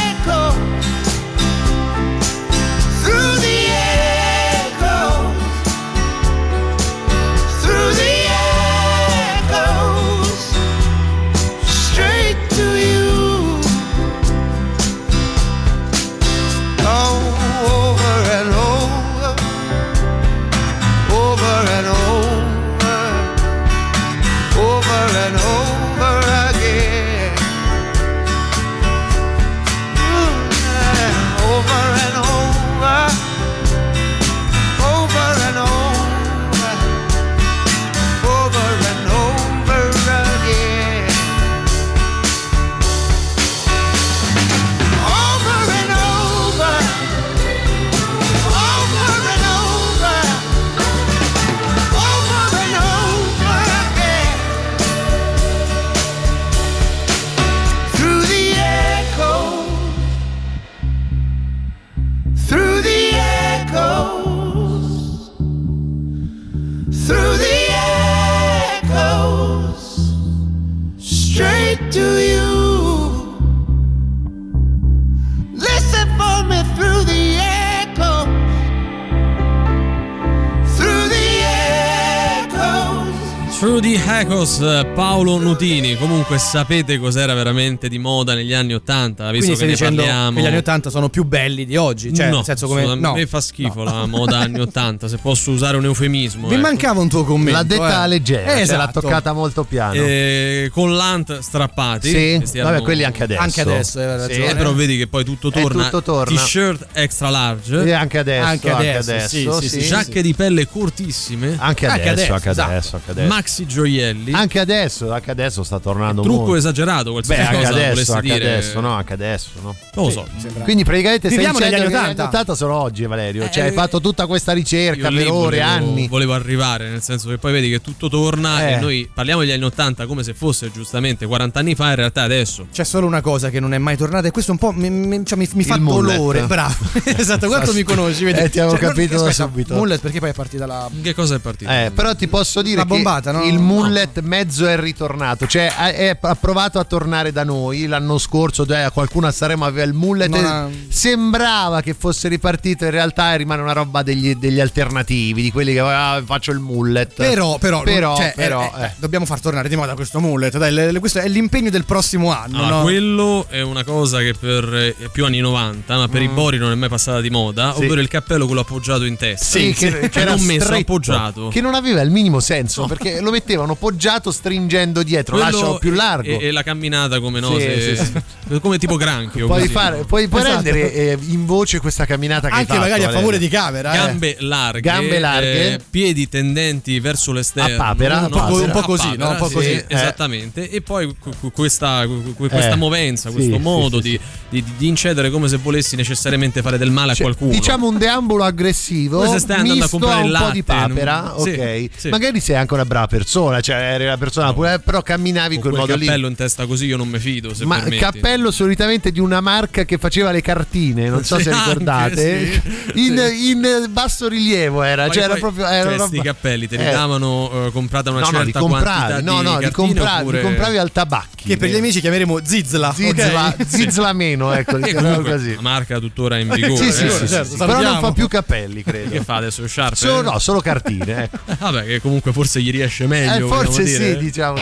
Echoes, Paolo Nutini. Comunque sapete cos'era veramente di moda negli anni 80? Visto Quindi che ne parliamo. Che gli anni 80 sono più belli di oggi, cioè no, nel senso come a me fa schifo la moda anni 80, se posso usare un eufemismo. Mi mancava un tuo commento. L'ha detta leggera, esatto. L'ha toccata molto piano. Con l'ant strappati. Sì, vabbè, quelli anche adesso. Anche adesso, hai ragione. Però vedi che poi tutto torna. Tutto torna. T-shirt extra large. E anche adesso. Sì. Giacche di pelle cortissime. Anche adesso. Maxi gioielli. Anche adesso sta tornando trucco molto. esagerato, qualsiasi cosa volessi dire. Anche adesso, no? Non lo so. Quindi praticamente stai dicendo negli che anni gli anni 80 sono oggi, Valerio. Cioè hai fatto tutta questa ricerca per ore, anni. Volevo arrivare, nel senso che poi vedi che tutto torna e noi parliamo degli anni 80 come se fosse giustamente 40 anni fa, in realtà adesso. C'è solo una cosa che non è mai tornata e questo un po' mi fa dolore. Bravo. Esatto, quanto mi conosci, vedi? Ti avevo capito da subito. Mullet perché poi è partita la... Che cosa è partita? Però ti posso dire la bombata, il mullet mezzo è ritornato, cioè ha provato a tornare da noi l'anno scorso, qualcuno a Sanremo aveva il mullet, sembrava che fosse ripartito, in realtà rimane una roba degli alternativi, di quelli che faccio il mullet. Però dobbiamo far tornare di moda questo mullet, dai, questo è l'impegno del prossimo anno. Allora, no? quello è una cosa che per più anni 90, ma per i Bori non è mai passata di moda, ovvero il cappello quello appoggiato in testa. Che era non messo, stretto, appoggiato. che non aveva il minimo senso, perché lo mettevano poggiato stringendo dietro, lascialo più largo. E la camminata come come tipo granchio. Puoi rendere in voce questa camminata che anche hai fatto, magari a favore di camera. Gambe larghe, piedi tendenti verso l'esterno. A papera, un po' così, no? Un po' così. Esattamente. E poi questa movenza, questo modo di incedere come se volessi necessariamente fare del male a qualcuno. Diciamo un deambulo aggressivo, come se stai andando a comprare il latte, un po' di papera, ok. Sì. Magari sei anche una brava persona, cioè eri una persona pure, però camminavi in quel modo lì. Il cappello in testa così io non mi fido, se ma permetti. Cappello solitamente di una marca che faceva le cartine, non so se ricordate, in basso rilievo era, cioè era proprio questi cappelli te li davano comprata una certa quantità li compravi al tabacchi, che per gli amici chiameremo Zizla, Zizla meno, ecco, così. La marca tuttora è in vigore, certo, però non fa più cappelli, credo. Che fa adesso, Sharp? Solo cartine, ecco. Vabbè, che comunque forse gli riesce meglio, forse dire. Sì, diciamo.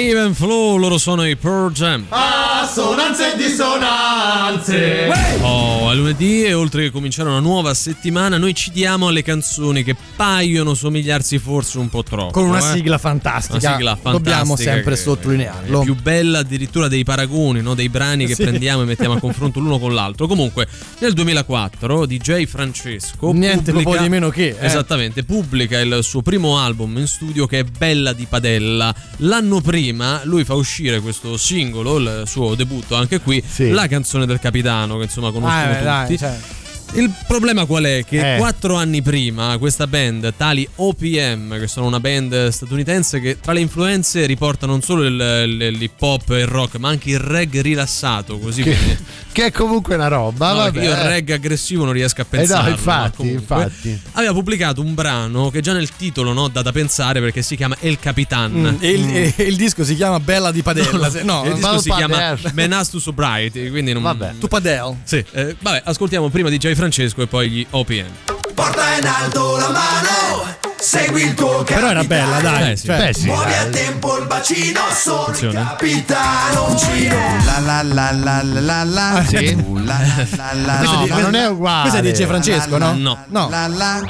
Ebb and Flow, loro sono i Pearl Jam. Assonanze e dissonanze. Oh, è lunedì e oltre che cominciare una nuova settimana, noi ci diamo alle canzoni che paiono somigliarsi forse un po' troppo. Con una sigla fantastica. Una sigla fantastica. Dobbiamo sempre sottolinearlo. È più bella addirittura dei paragoni, no? Dei brani che prendiamo e mettiamo a confronto l'uno con l'altro. Comunque, nel 2004 DJ Francesco niente po' di meno che esattamente, pubblica il suo primo album in studio che è Bella di Padella. L'anno prima lui fa uscire questo singolo, il suo debutto anche qui, La canzone del capitano, che insomma conoscono tutti. Dai, cioè. Il problema qual è? Che 4 anni prima questa band, tali OPM, che sono una band statunitense che tra le influenze riporta non solo l'hip hop e il rock, ma anche il reggae rilassato, così che è comunque una roba. No, vabbè, io il reggae aggressivo non riesco a pensarlo. No, infatti. Aveva pubblicato un brano che già nel titolo, no, dà da pensare, perché si chiama El Capitan. E il disco si chiama Bella di Padella. No, il disco si chiama Menace to Sobriety, quindi non... Vabbè. Tu Padel. Sì, vabbè, ascoltiamo prima DJ Francesco e poi gli OPM. Porta in alto la mano, segui il tuo capitano. Però era bella, dai. Sì. Muovi a tempo il bacino, sono il capitano. La la la la la la. Sì. La la la. No, ma non è uguale. Questa dice Francesco, no? No. La la.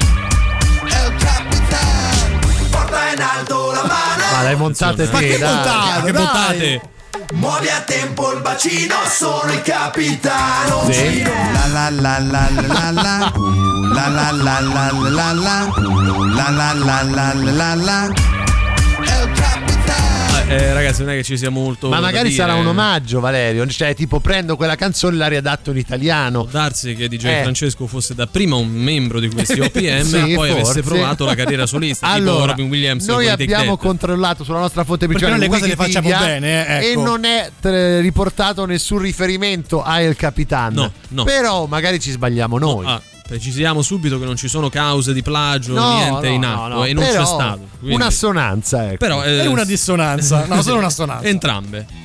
È il capitano. Porta in alto la mano. Ma l'hai montate te, dai. Che montate? Muovi a tempo il bacino, sono il capitano. Sì. La la la la la la. La la la la la la. La la la la la la. È il capitano. Ragazzi, non è che ci sia molto. Ma magari da dire. sarà un omaggio, Valerio. Cioè, tipo, prendo quella canzone e la riadatto in italiano. Può darsi che DJ Francesco fosse dapprima un membro di questi OPM Sì, e poi forse avesse provato la carriera solista, allora, tipo Robin Williams. noi abbiamo controllato sulla nostra fonte principale, perché noi le cose le facciamo bene, ecco. e non è riportato nessun riferimento a El Capitan. No. Però magari ci sbagliamo noi. Precisiamo subito che non ci sono cause di plagio, niente in atto, e non c'è stato. Quindi... Un'assonanza, ecco. Però è una dissonanza. No, solo un'assonanza. Entrambe.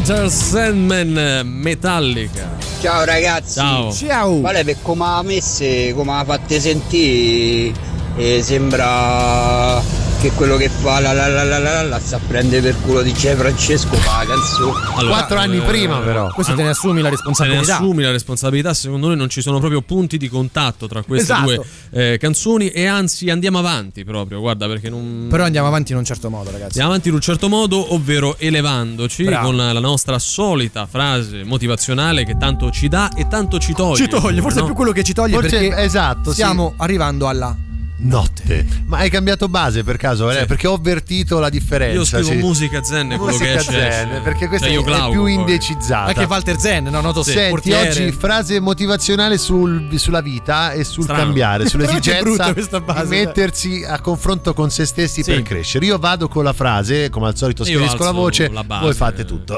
Enter Sandman, Metallica. Ciao ragazzi. Ciao. Vale, per come ha messe, come ha fatte sentire, sembra che quello che fa la sta a prendere per culo di G. Francesco fa la canzone. Allora, 4 anni prima però. Questo te ne assumi la Te ne responsabilità. assumi la responsabilità. Secondo noi non ci sono proprio punti di contatto tra queste Esatto. due canzoni, e anzi andiamo avanti proprio, guarda, perché non... Però andiamo avanti in un certo modo, ragazzi. Andiamo avanti in un certo modo, ovvero elevandoci. Bravo. Con la nostra solita frase motivazionale che tanto ci dà e tanto ci toglie. Ci toglie, forse no? è più quello che ci toglie, Forse, perché esatto, sì. stiamo arrivando alla notte. Ma hai cambiato base per caso? Sì. Perché ho avvertito la differenza. Io scrivo sì. musica zen, quello Musica che esce, zen, esce. perché questa Cioè, io è glauco, più poi. indecizzata. anche Walter Zen, no? Noto Senti, portiere. oggi frase motivazionale sulla vita e sul Strano. cambiare, Veramente brutta sull'esigenza questa base. di mettersi a confronto con se stessi per crescere. Io vado con la frase, come al solito Io spedisco la alzo voce, la base. voi fate tutto.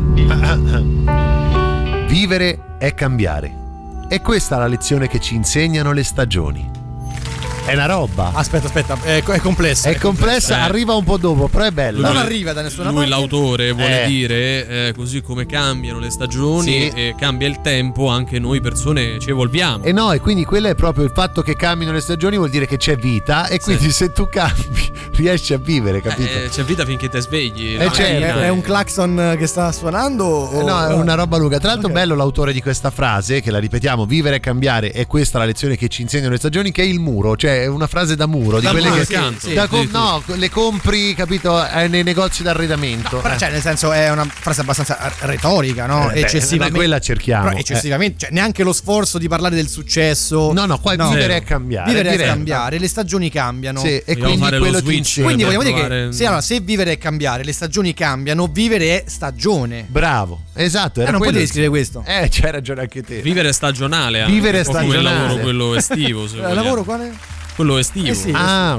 Vivere è cambiare. E questa è la lezione che ci insegnano le stagioni. È una roba. Aspetta, è complessa. È complessa, arriva un po' dopo, però è bella. Non arriva da nessuna Lui, parte. l'autore, vuole dire così come cambiano le stagioni, Sì. e cambia il tempo, anche noi persone ci evolviamo. E no, e quindi quello è proprio il fatto che cambiano le stagioni, vuol dire che c'è vita, e quindi se tu cambi riesci a vivere, capito? C'è vita finché te svegli. certo. È un clacson che sta suonando? O... No, è una roba lunga. Tra l'altro, bello l'autore di questa frase, che la ripetiamo: vivere e cambiare, e questa è la lezione che ci insegnano le stagioni, che è il muro, cioè è una frase da muro, di Da quelle muro, che sì, no, le compri, capito, nei negozi d'arredamento. Però, cioè, nel senso, è una frase abbastanza retorica, no? Beh, Eccessivamente. quella cerchiamo. Però eccessivamente, cioè, neanche lo sforzo di parlare del successo. No, qua vivere è cambiare. Vivere è direi. cambiare, le stagioni cambiano. Sì, e quindi quello ti insegna. Quindi vogliamo dire che se vivere è cambiare, le stagioni cambiano, vivere è stagione. Bravo, esatto. Era non quello. potevi scrivere questo. C'hai ragione anche te. Vivere è stagionale. anche, Vivere è un po' come stagionale. il lavoro, quello estivo. Se Il vogliamo. lavoro quale? Quello estivo. Sì,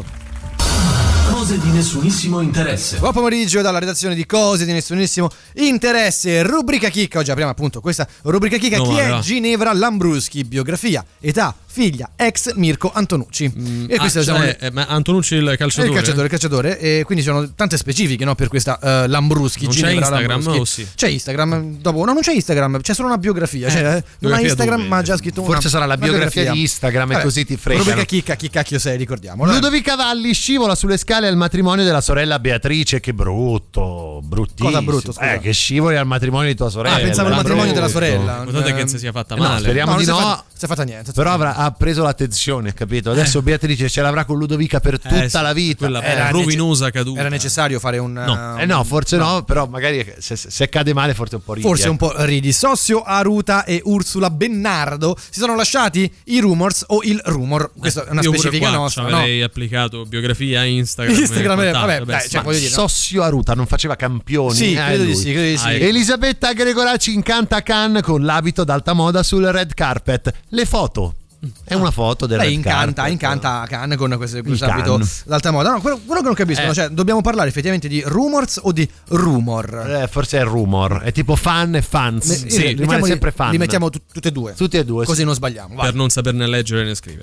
Cose di nessunissimo interesse. Buon pomeriggio dalla redazione di Cose di nessunissimo interesse. Rubrica chicca. Oggi apriamo appunto questa rubrica chicca. No, Chi male, è va. Ginevra Lambruschi? Biografia, età, figlia, ex Mirko Antonucci. E questo ma Antonucci il calciatore? il calciatore. E quindi ci sono tante specifiche, no, per questa Lambruschi. Non c'è Ginevra Instagram, Lambruschi. o sì? C'è Instagram. Dopo, no, non c'è Instagram, c'è solo una biografia. Cioè, non ha biografia Instagram, dove? ma ha già scritto una. Forse sarà la una biografia di Instagram, e così ti fregano. Rubrica chicca, chi cacchio sei, ricordiamolo. Ludovica Valli scivola sulle scale al matrimonio della sorella Beatrice. Che brutto, bruttissimo. Cosa brutto, scusa? Che scivoli al matrimonio di tua sorella. pensavo al matrimonio della Brutto. sorella. Guardate che non si sia fatta No, male. speriamo di non no. si è fatta niente. Però ha preso l'attenzione, capito? Adesso Beatrice ce l'avrà con Ludovica per tutta sì, la vita. quella rovinosa caduta. Era necessario fare un. No, forse no, però magari se cade male forse un po' ridi. Forse un po' ridi. Sossio Aruta e Ursula Bennardo si sono lasciati i rumors o il rumor. Questa è una Io pure specifica qua nostra. ci no? avrei applicato biografia, Instagram. Instagram, e vabbè, quant'altro. cioè, voglio dire, no? Sossio Aruta non faceva campioni. Sì, credo di lui. sì, credo di sì. Elisabetta Gregoraci incanta a Cannes con l'abito d'alta moda sul red carpet. Le foto. È una foto del Lei red carpet. incanta Cannes con questo Il abito Cannes. d'alta moda. No, quello che non capisco, cioè, dobbiamo parlare effettivamente di rumors o di rumor? Forse è rumor. È tipo fan e fans. Sì, rimane sempre fan. Li mettiamo tutti e due. Tutti e due. Così sì. non sbagliamo. Vai. Per non saperne leggere né scrivere.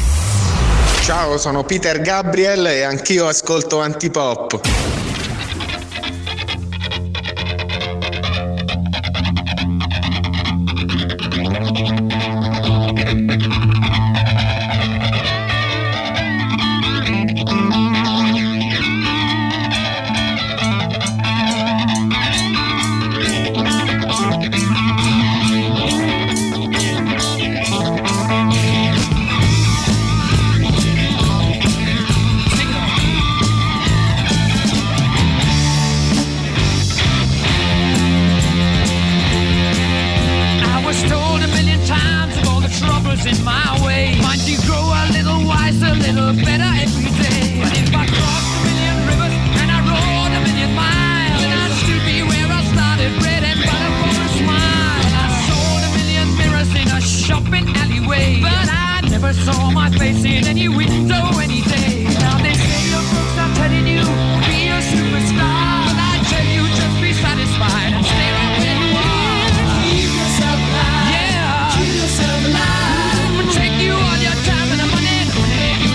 Ciao, sono Peter Gabriel e anch'io ascolto Antipop. I was told a million times of all the troubles in my way. Mind you grow a little wiser, a little better every day. But if I crossed a million rivers and I rode a million miles, then I'd still be where I started, bread and butter for a smile. I sold a million mirrors in a shopping alleyway, but I never saw my face in any window any day. Now they say your books are telling you be a superstar, but I tell you just be satisfied and stay right where you are. Keep yourself alive. Yeah. Keep yourself alive. Will take you all your time and the money to make you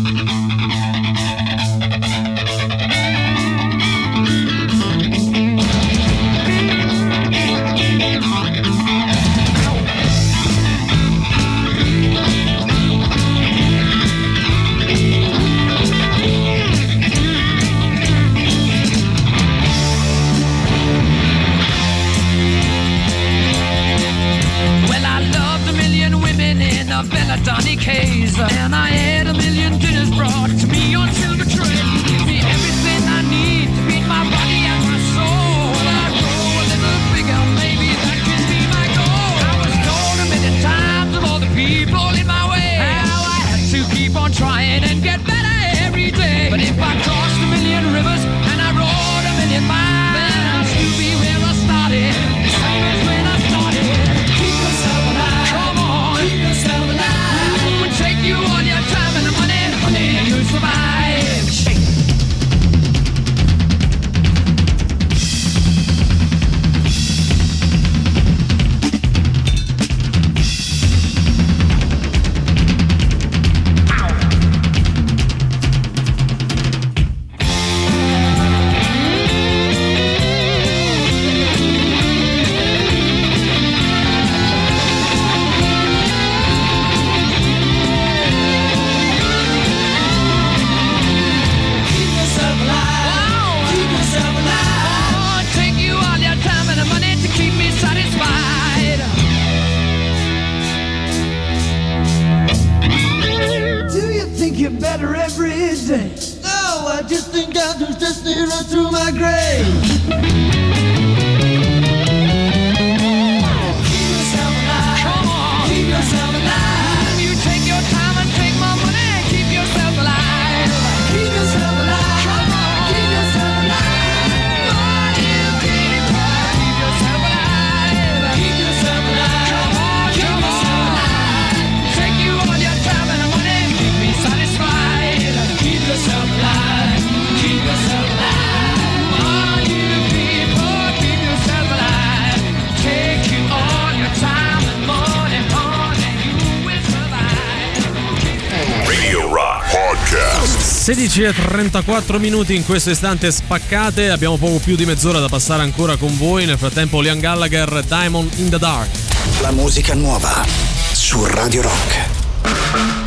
survive. get better every day. Oh, I just think I'll just stay right through my grave. Keep yourself alive. Come on. Keep yourself alive. You take your time and take my money. Keep yourself alive. Keep yourself alive. Come on. Keep yourself alive. Oh, you people. Keep yourself alive. Keep yourself alive. Come on. Keep yourself alive. Take you all your time and money. Keep me satisfied. Keep yourself alive. Keep yourself alive. Oh, you people. Keep yourself alive. Take you all your time and money, and you will survive. Radio Rock Podcast. 16:34 minuti in questo istante spaccate. Abbiamo poco più di mezz'ora da passare ancora con voi. Nel frattempo Liam Gallagher, Diamond in the Dark. La musica nuova su Radio Rock.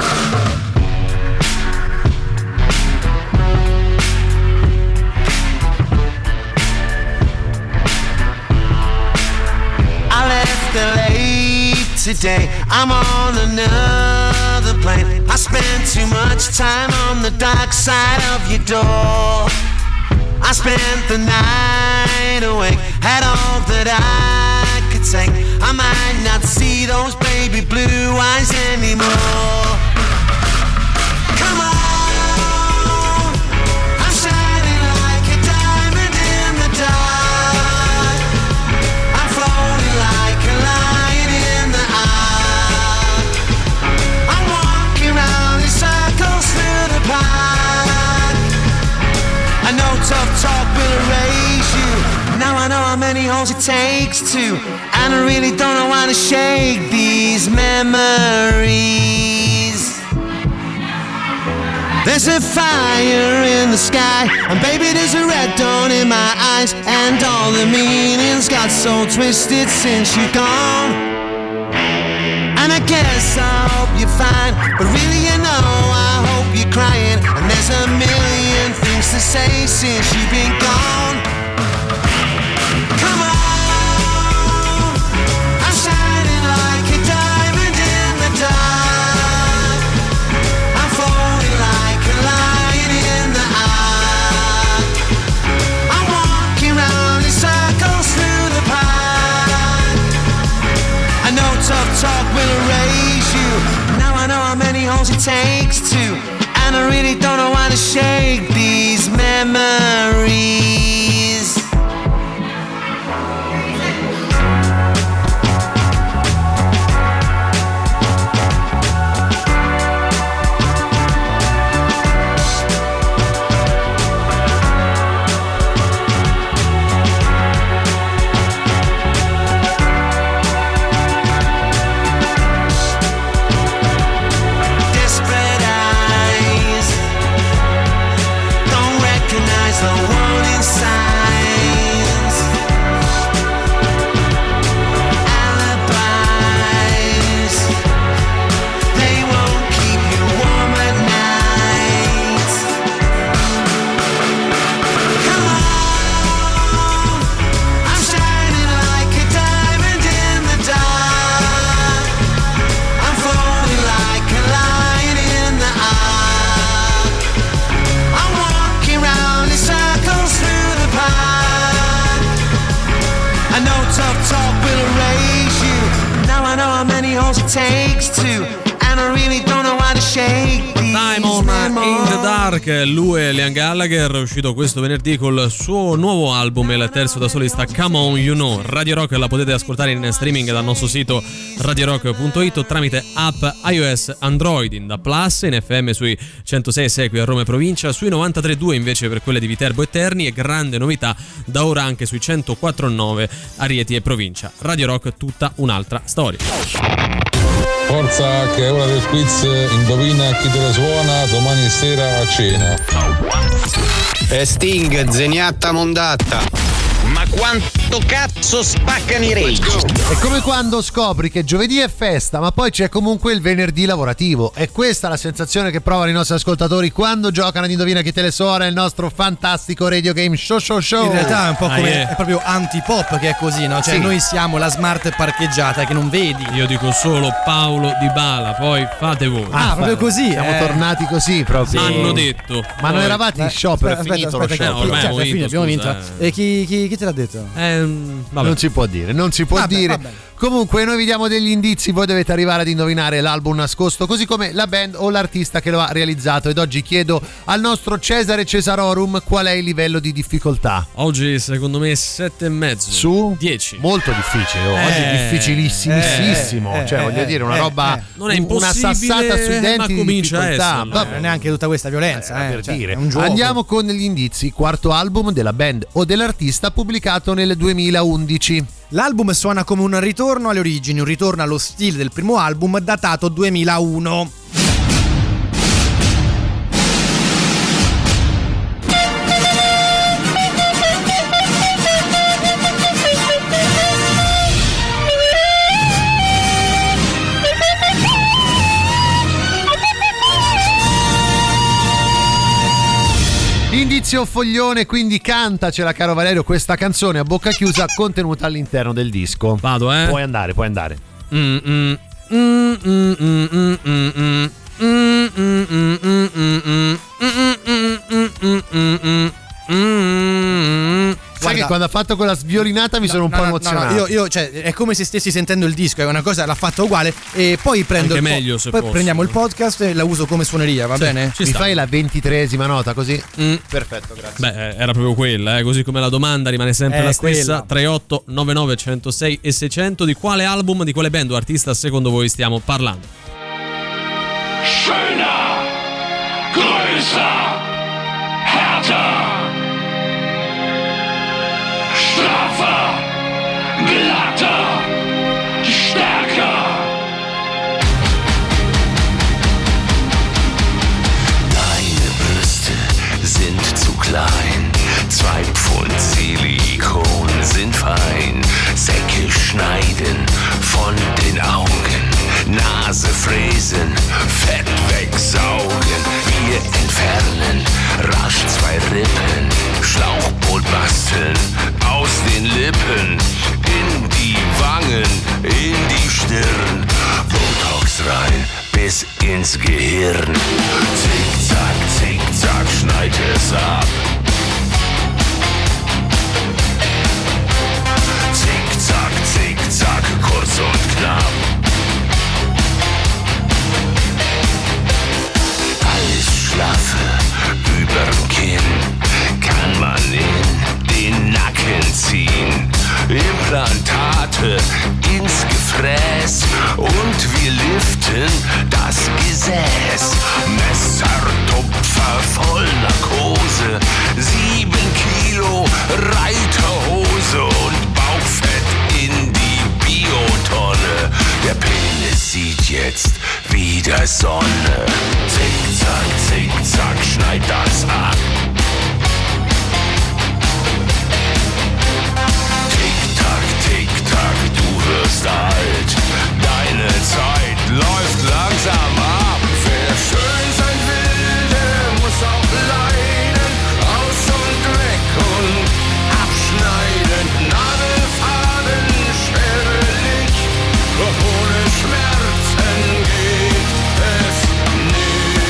I left late today. I'm on another plane. I spent too much time on the dark side of your door. I spent the night awake, had all that I could take. I might not see those baby blue eyes anymore. Come on, I'm shining like a diamond in the dark. I'm floating like a lion in the ark. I'm walking around in circles through the park. I know tough talk will erase you. Now I know how many holes it takes to. And I really don't know how to shake these memories. There's a fire in the sky, and baby there's a red dawn in my eyes. And all the meanings got so twisted since you're gone. And I guess I hope you're fine, but really you know I hope you're crying. And there's a million things to say since you've been gone. Come on, I'm shining like a diamond in the dark. I'm floating like a lion in the ark. I'm walking round in circles through the park. I know tough talk will erase you. Now I know how many holes it takes to. And I really don't know how to shake these memories. Desperate eyes don't recognize the warning signs. Alibis, they won't keep you warm at night. Come on, I'm shining like a diamond in the dark. I'm floating like a lion in the ark. I'm walking round in circles through the park. I know tough talk will erase you. Now I know how many holes it takes to. And I really don't know how to shake these Diamond in the Dark, lui è Liam Gallagher, è uscito questo venerdì col suo nuovo album, il terzo da solista Come On You Know. Radio Rock la potete ascoltare in streaming dal nostro sito radiorock.it o tramite app iOS Android, in Da Plus, in FM sui 106.6 qui a Roma e provincia, sui 93.2 invece per quelle di Viterbo e Terni, e grande novità da ora anche sui 104.9 a Rieti e provincia. Radio Rock, tutta un'altra storia. Forza che è ora del quiz, indovina chi te la suona domani sera a cena. Sting, Zeniatta Mondatta. Ma quanto sto cazzo spaccano i rage. È come quando scopri che giovedì è festa, ma poi c'è comunque il venerdì lavorativo. È questa la sensazione che provano i nostri ascoltatori quando giocano ad Indovina chi te le suona, il nostro fantastico radio game show. In realtà è un po' come è proprio antipop che è così, no? Cioè Sì. noi siamo la smart parcheggiata che non vedi. Io dico solo Paolo Dybala, poi fate voi. Proprio così. Siamo tornati così proprio. Hanno detto. Ma non Poi- eravate in sciopero, è finito lo sciopero. ormai Cioè, abbiamo è finito, vinto, abbiamo scusa, vinto. E chi te l'ha detto? Vabbè. Non si può dire, non si può Vabbè, dire. vabbè. Comunque noi vi diamo degli indizi, voi dovete arrivare ad indovinare l'album nascosto, così come la band o l'artista che lo ha realizzato. Ed oggi chiedo al nostro Cesare Cesarorum qual è il livello di difficoltà. Oggi secondo me 7,5 su 10. Molto difficile, oggi è difficilissimissimo, cioè voglio dire una roba, Non è una impossibile, sassata sui ma denti di comincia a difficoltà. esserlo. Vabbè, Neanche tutta questa violenza, per cioè, dire. è un gioco. Andiamo con gli indizi. Quarto album della band o dell'artista pubblicato nel 2011. L'album suona come un ritorno alle origini, un ritorno allo stile del primo album datato 2001. Indizio foglione, quindi cantacela caro Valerio questa canzone a bocca chiusa contenuta all'interno del disco. Vado, Puoi andare. Sai che quando ha fatto quella sviolinata mi sono un po' emozionato. Io cioè, è come se stessi sentendo il disco, è una cosa, l'ha fatta uguale. E poi prendo Anche il meglio, se poi posso. prendiamo il podcast e la uso come suoneria, va bene? Mi fai la 23esima nota così? Perfetto, grazie. Beh, era proprio quella, così come la domanda rimane sempre la stessa. quella. 38 99 106 e 600. Di quale album, di quale band o artista secondo voi stiamo parlando? Schöner, größer, härter, straffer, glatter, stärker. Deine Brüste sind zu klein, 2 Pfund Silikon sind fein, Säcke schneiden von den Augen, Nase fräsen, Fett wegsaugen, wir entfernen rasch 2 Rippen, Schlauchboot basteln aus den Lippen, in die Wangen, in die Stirn, Botox rein bis ins Gehirn, zick, zack, schneid es ab. Zick, zack, kurz und knapp. Alles Schlaffe überm Kinn kann man in den Nacken ziehen. Implantate ins Gefräß und wir liften das Gesäß. Messertupfer voll Narkose, 7 Kilo Reiterhose und Bauchfett in die Biotonne. Der Penis sieht jetzt wieder Sonne. Zick, zack, schneid das ab. Tick, tack, du wirst alt. Deine Zeit läuft langsam ab. Wer schön sein will, der muss auch leiden. Aus und weg und abschneiden. Nadelfaden, schwerlich, doch ohne Schmerzen geht es nicht.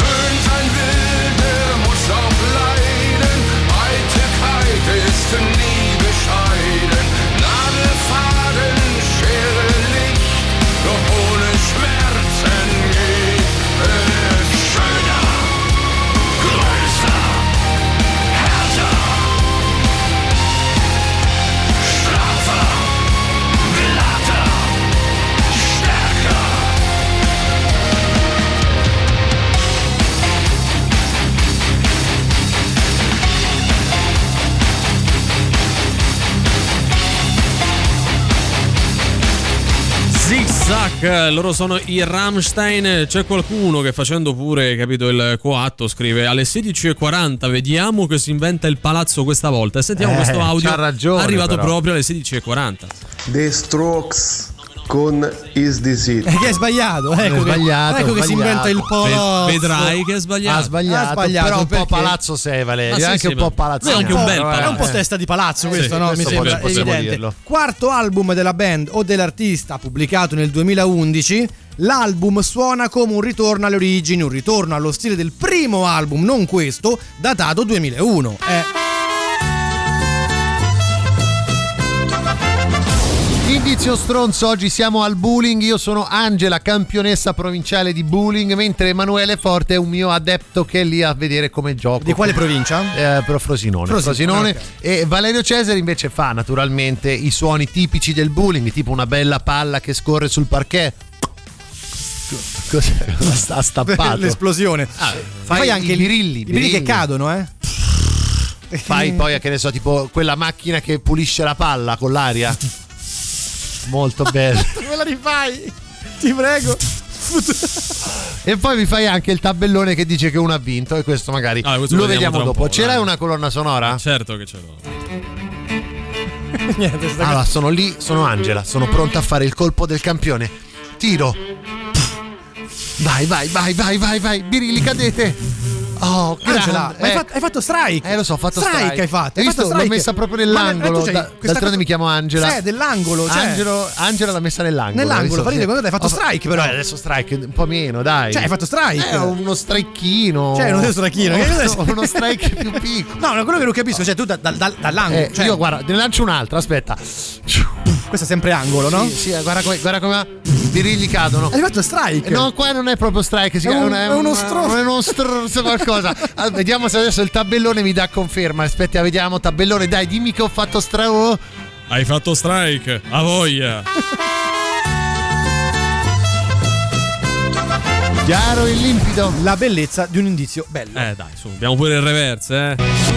schön sein will, der muss auch leiden. Eitelkeit ist nie bescheiden. Nadelfaden, Schere, Licht, doch ohne Schmerzen geht es schöner, größer, härter, straffer, glatter, stärker. Zig-Zag, loro sono i Rammstein. C'è qualcuno che facendo pure, capito, il coatto scrive alle 16:40 vediamo che si inventa il palazzo questa volta. E sentiamo questo audio, c'ha ragione, arrivato però. proprio alle 16:40. The Strokes con Is This It. Che è sbagliato, ecco, È sbagliato, ecco è che si inventa il palazzo. Vedrai che è sbagliato. Ha sbagliato, però un po' perché? palazzo sei, Valerio. Ma sì, Anche sì, un po' ma- palazzo. è anche un bel È un po' palazzo. testa di palazzo questo, no? Mi questo sembra possiamo evidente. dirlo. Quarto album della band o dell'artista pubblicato nel 2011. L'album suona come un ritorno alle origini, un ritorno allo stile del primo album, non questo, datato 2001. Indizio stronzo, oggi siamo al bowling. Io sono Angela, campionessa provinciale di bowling, mentre Emanuele Forte è un mio adepto che è lì a vedere come gioco. Di quale provincia? Però Frosinone. Ok. E Valerio Cesare invece fa naturalmente i suoni tipici del bowling, tipo una bella palla che scorre sul parquet. Cos'è? Cosa sta stappato? L'esplosione. Fai anche i birilli, i birilli che cadono, Fai poi, che ne so, tipo quella macchina che pulisce la palla con l'aria. Molto bello. Me la rifai? Ti prego. E poi mi fai anche il tabellone che dice che uno ha vinto, e questo magari questo lo vediamo vediamo tra un dopo. po', Ce l'hai dai. una colonna sonora? Certo che ce l'ho. Niente, Allora, sono lì, sono Angela, sono pronta a fare il colpo del campione. Tiro. Vai, birilli, cadete. Oh, Angela, grande. hai fatto strike. Lo so, ho fatto strike. Hai fatto. Hai Hai visto? fatto L'ho strike. messa proprio Ma nell'angolo. tu c'hai questa D'altronde cosa- mi chiamo Angela. Sì, dell'angolo, cioè. Angela l'ha messa nell'angolo. Nell'angolo, hai visto? hai fatto strike però. Adesso strike un po' meno, dai. Cioè, hai fatto strike. Uno strikino. Cioè, uno strikino. Che cos'è? Uno strike più piccolo. No, quello che non capisco, cioè tu dall'angolo. Cioè, Io guarda, ne lancio un'altra, aspetta. questo è sempre angolo, no? Sì, guarda come i birilli cadono. Hai fatto strike? No, qua non è proprio strike, È uno stronzo qualcosa. Allora, vediamo se adesso il tabellone mi dà conferma. Aspetta, vediamo tabellone, dai, dimmi che ho fatto Hai fatto strike, a voglia. Chiaro e limpido. La bellezza di un indizio bello. Dai, su, abbiamo pure il reverse,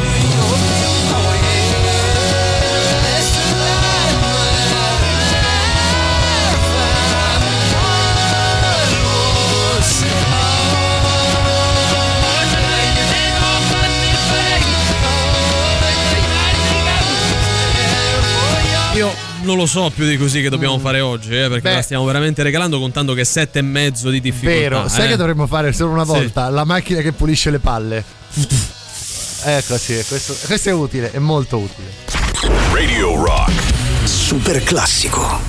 Io non lo so più di così che dobbiamo fare oggi, perché la stiamo veramente regalando, contando che 7,5 di difficoltà. Vero, sai che dovremmo fare solo una volta? Sì. La macchina che pulisce le palle. Ecco, sì, questo è utile, è molto utile. Radio Rock. Super classico.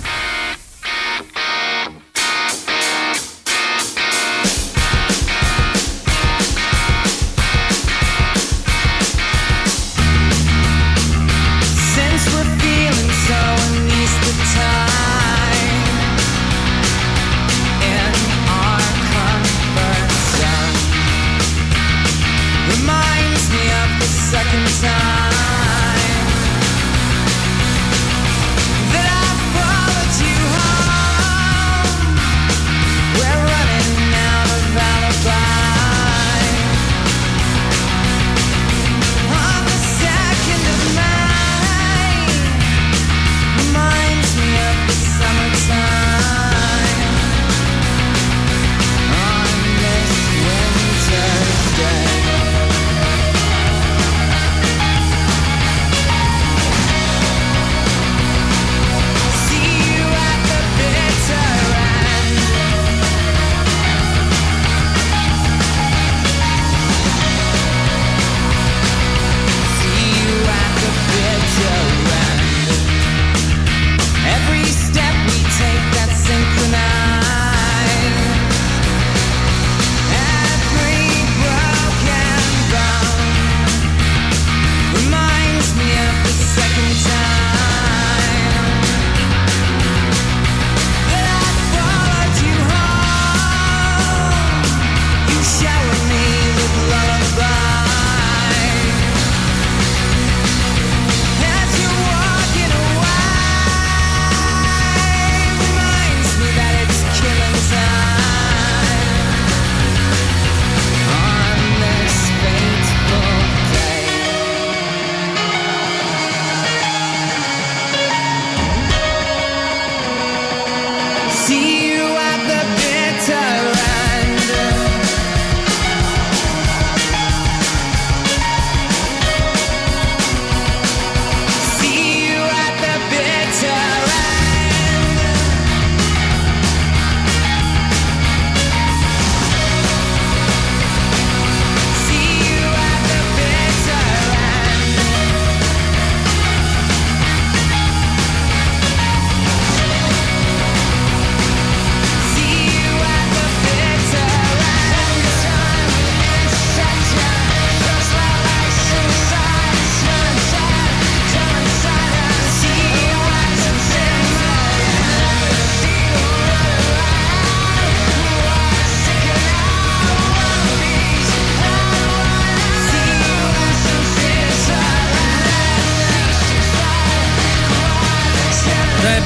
Since we're feeling so uneasy the time in our comfort zone reminds me of the second time that I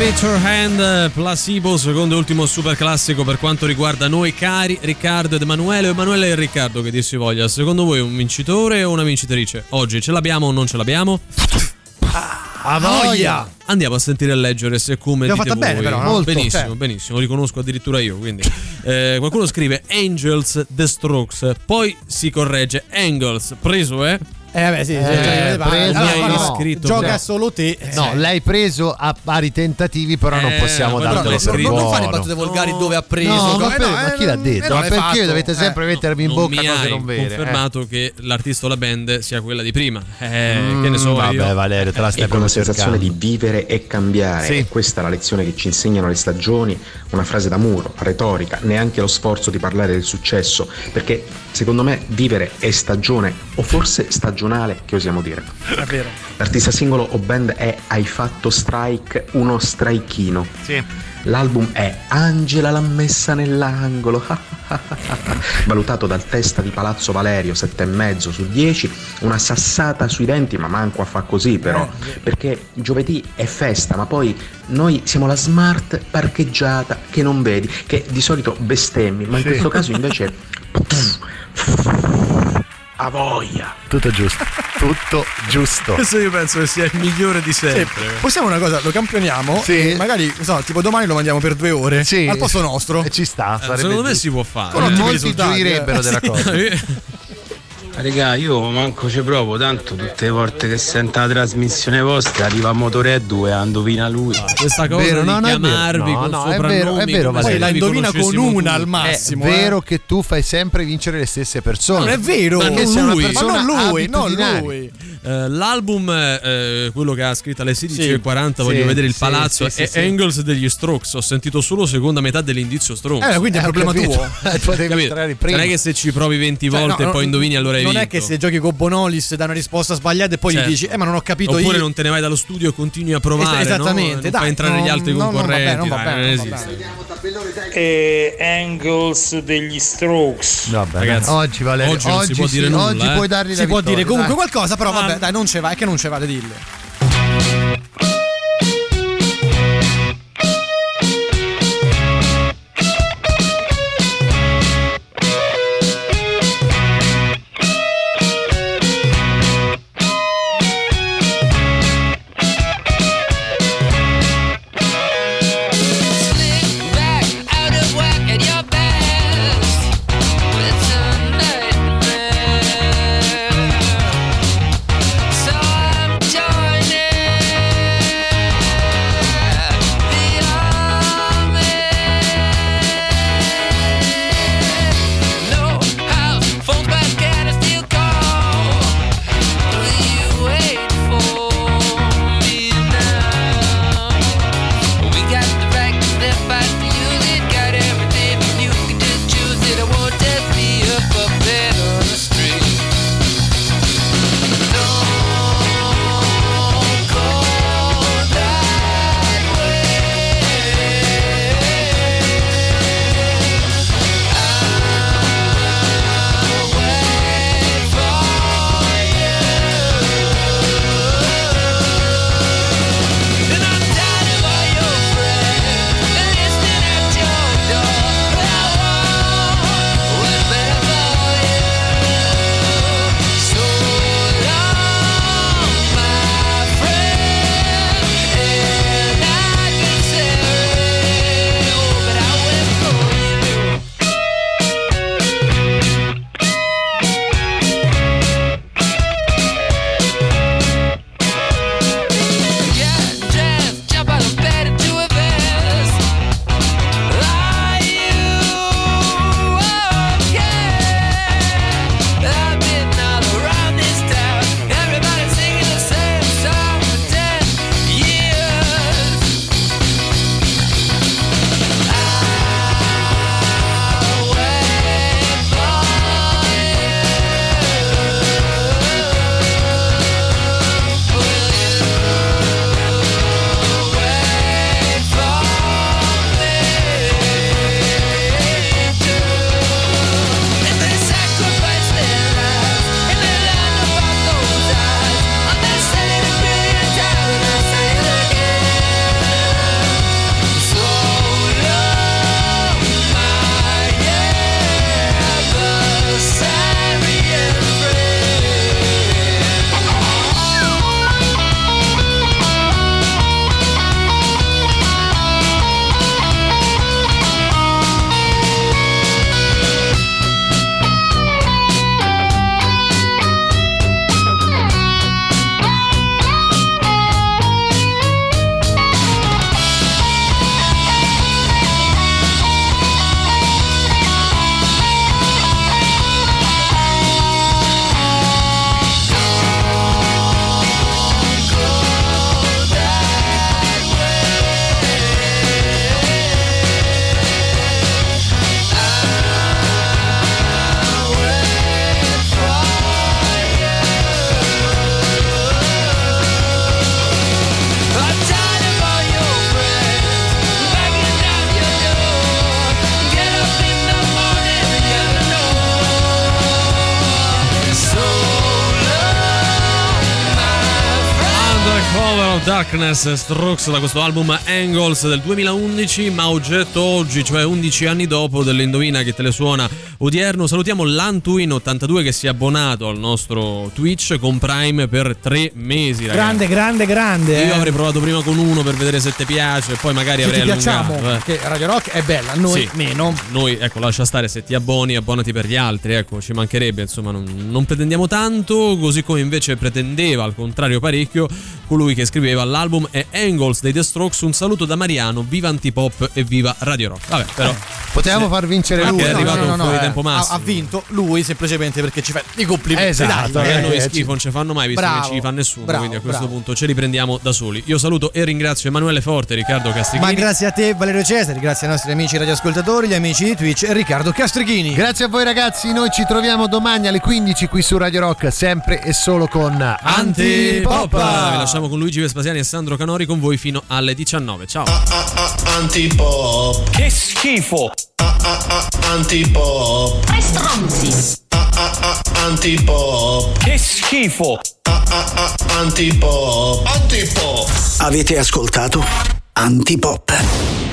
Bitter Hand, Placebo, secondo e ultimo super classico per quanto riguarda noi cari Riccardo ed Emanuele. Emanuele e Riccardo, che dir si voglia, secondo voi un vincitore o una vincitrice? Oggi ce l'abbiamo o non ce l'abbiamo? A voglia! Andiamo a sentire e leggere se come l'ho dite fatta voi. bene però, no? Benissimo, benissimo, lo riconosco addirittura io, quindi qualcuno scrive Angels The Strokes, poi si corregge Angles, preso vabbè, sì, scritto, gioca solo te. No, l'hai preso a vari tentativi, però non possiamo dartelo per buono. Non fare battute volgari dove ha preso. No, ma chi l'ha detto? Ma perché dovete sempre mettermi in bocca mi cose hai non vere? confermato che l'artista o la band sia quella di prima. Che ne so vabbè, io. Valerio, te la stai È con la proprio sensazione cercando. di vivere e cambiare. Sì. E questa è la lezione che ci insegnano le stagioni, una frase da muro, retorica, neanche lo sforzo di parlare del successo, perché secondo me vivere è stagione, o forse stagionale, che osiamo dire. È vero. L'artista singolo o band è Hai fatto strike, uno straichino. Sì. L'album è Angela l'ha messa nell'angolo, valutato dal testa di Palazzo Valerio 7,5 su 10, una sassata sui denti, ma manco a fa così però, perché giovedì è festa, ma poi noi siamo la smart parcheggiata che non vedi, che di solito bestemmi, ma in questo caso invece a voglia. Tutto giusto, tutto giusto. Questo io penso che sia il migliore di sempre. Sì, possiamo una cosa, lo campioniamo e magari tipo domani lo mandiamo per 2 ore al posto nostro. Ci sta, secondo me si può fare. Molti gioirebbero della cosa. Raga, io manco ci provo, tanto tutte le volte che sento la trasmissione vostra arriva Motoreddu e indovina lui. Questa cosa vero, di no, chiamarvi con soprannomi, è vero, poi la indovina con una al massimo. È vero che tu fai sempre vincere le stesse persone. Non è vero, perché sei una persona non abitudinaria. lui. L'album, quello che ha scritto alle 16:40, voglio vedere il palazzo, è Angles degli Strokes. Ho sentito solo seconda metà dell'indizio Strokes. Quindi è un problema tuo. Non è che se ci provi 20 volte e poi indovini allora hai non vinto. è che se giochi con Bonolis dai una risposta sbagliata e poi gli dici ma non ho capito io. Oppure non te ne vai dallo studio e continui a provare. Esattamente, non fai entrare gli altri concorrenti. Non va bene. Angles degli Strokes. Vabbè, ragazzi, oggi Valerio, oggi non si può dire nulla. Oggi puoi dargli la si può vittoria, dire comunque dai. qualcosa, però vabbè, dai, non ce va, è che non ce vale dirle. So I'm joining Lover of Darkness, Strokes, da questo album Angles del 2011, ma oggetto oggi, cioè 11 anni dopo dell'Indovina che te le suona odierno. Salutiamo l'Antuin82 che si è abbonato al nostro Twitch con Prime per 3 mesi, ragazzi. Grande. Io avrei provato prima con uno per vedere se ti piace e poi magari avrei allungato. Perché Radio Rock è bella, noi sì, meno. Noi, ecco, lascia stare, se ti abboni, abbonati per gli altri, ecco, ci mancherebbe, insomma, non pretendiamo tanto, così come invece pretendeva, al contrario parecchio, colui che scriveva: l'album è Angles dei The Strokes, un saluto da Mariano, viva Antipop e viva Radio Rock. Vabbè, però potevamo far vincere lui. È arrivato fuori tempo massimo. Ha vinto lui semplicemente perché ci fa i complimenti. Esatto, perché a noi schifo non ci fanno mai, visto che ci fa nessuno, quindi a questo punto ci riprendiamo da soli. Io saluto e ringrazio Emanuele Forte, Riccardo Castrichini. Ma grazie a te Valerio Cesari, grazie ai nostri amici radioascoltatori, gli amici di Twitch e Riccardo Castrichini. Grazie a voi ragazzi, noi ci troviamo domani alle 15 qui su Radio Rock, sempre e solo con Antipop. Vi lasciamo con Luigi Vespasiani e Sandro Canori con voi fino alle 19. Ciao. Antipop. Che schifo. Antipop. Tre stronzi. Antipop. Che schifo. Antipop. Antipop. Avete ascoltato Antipop.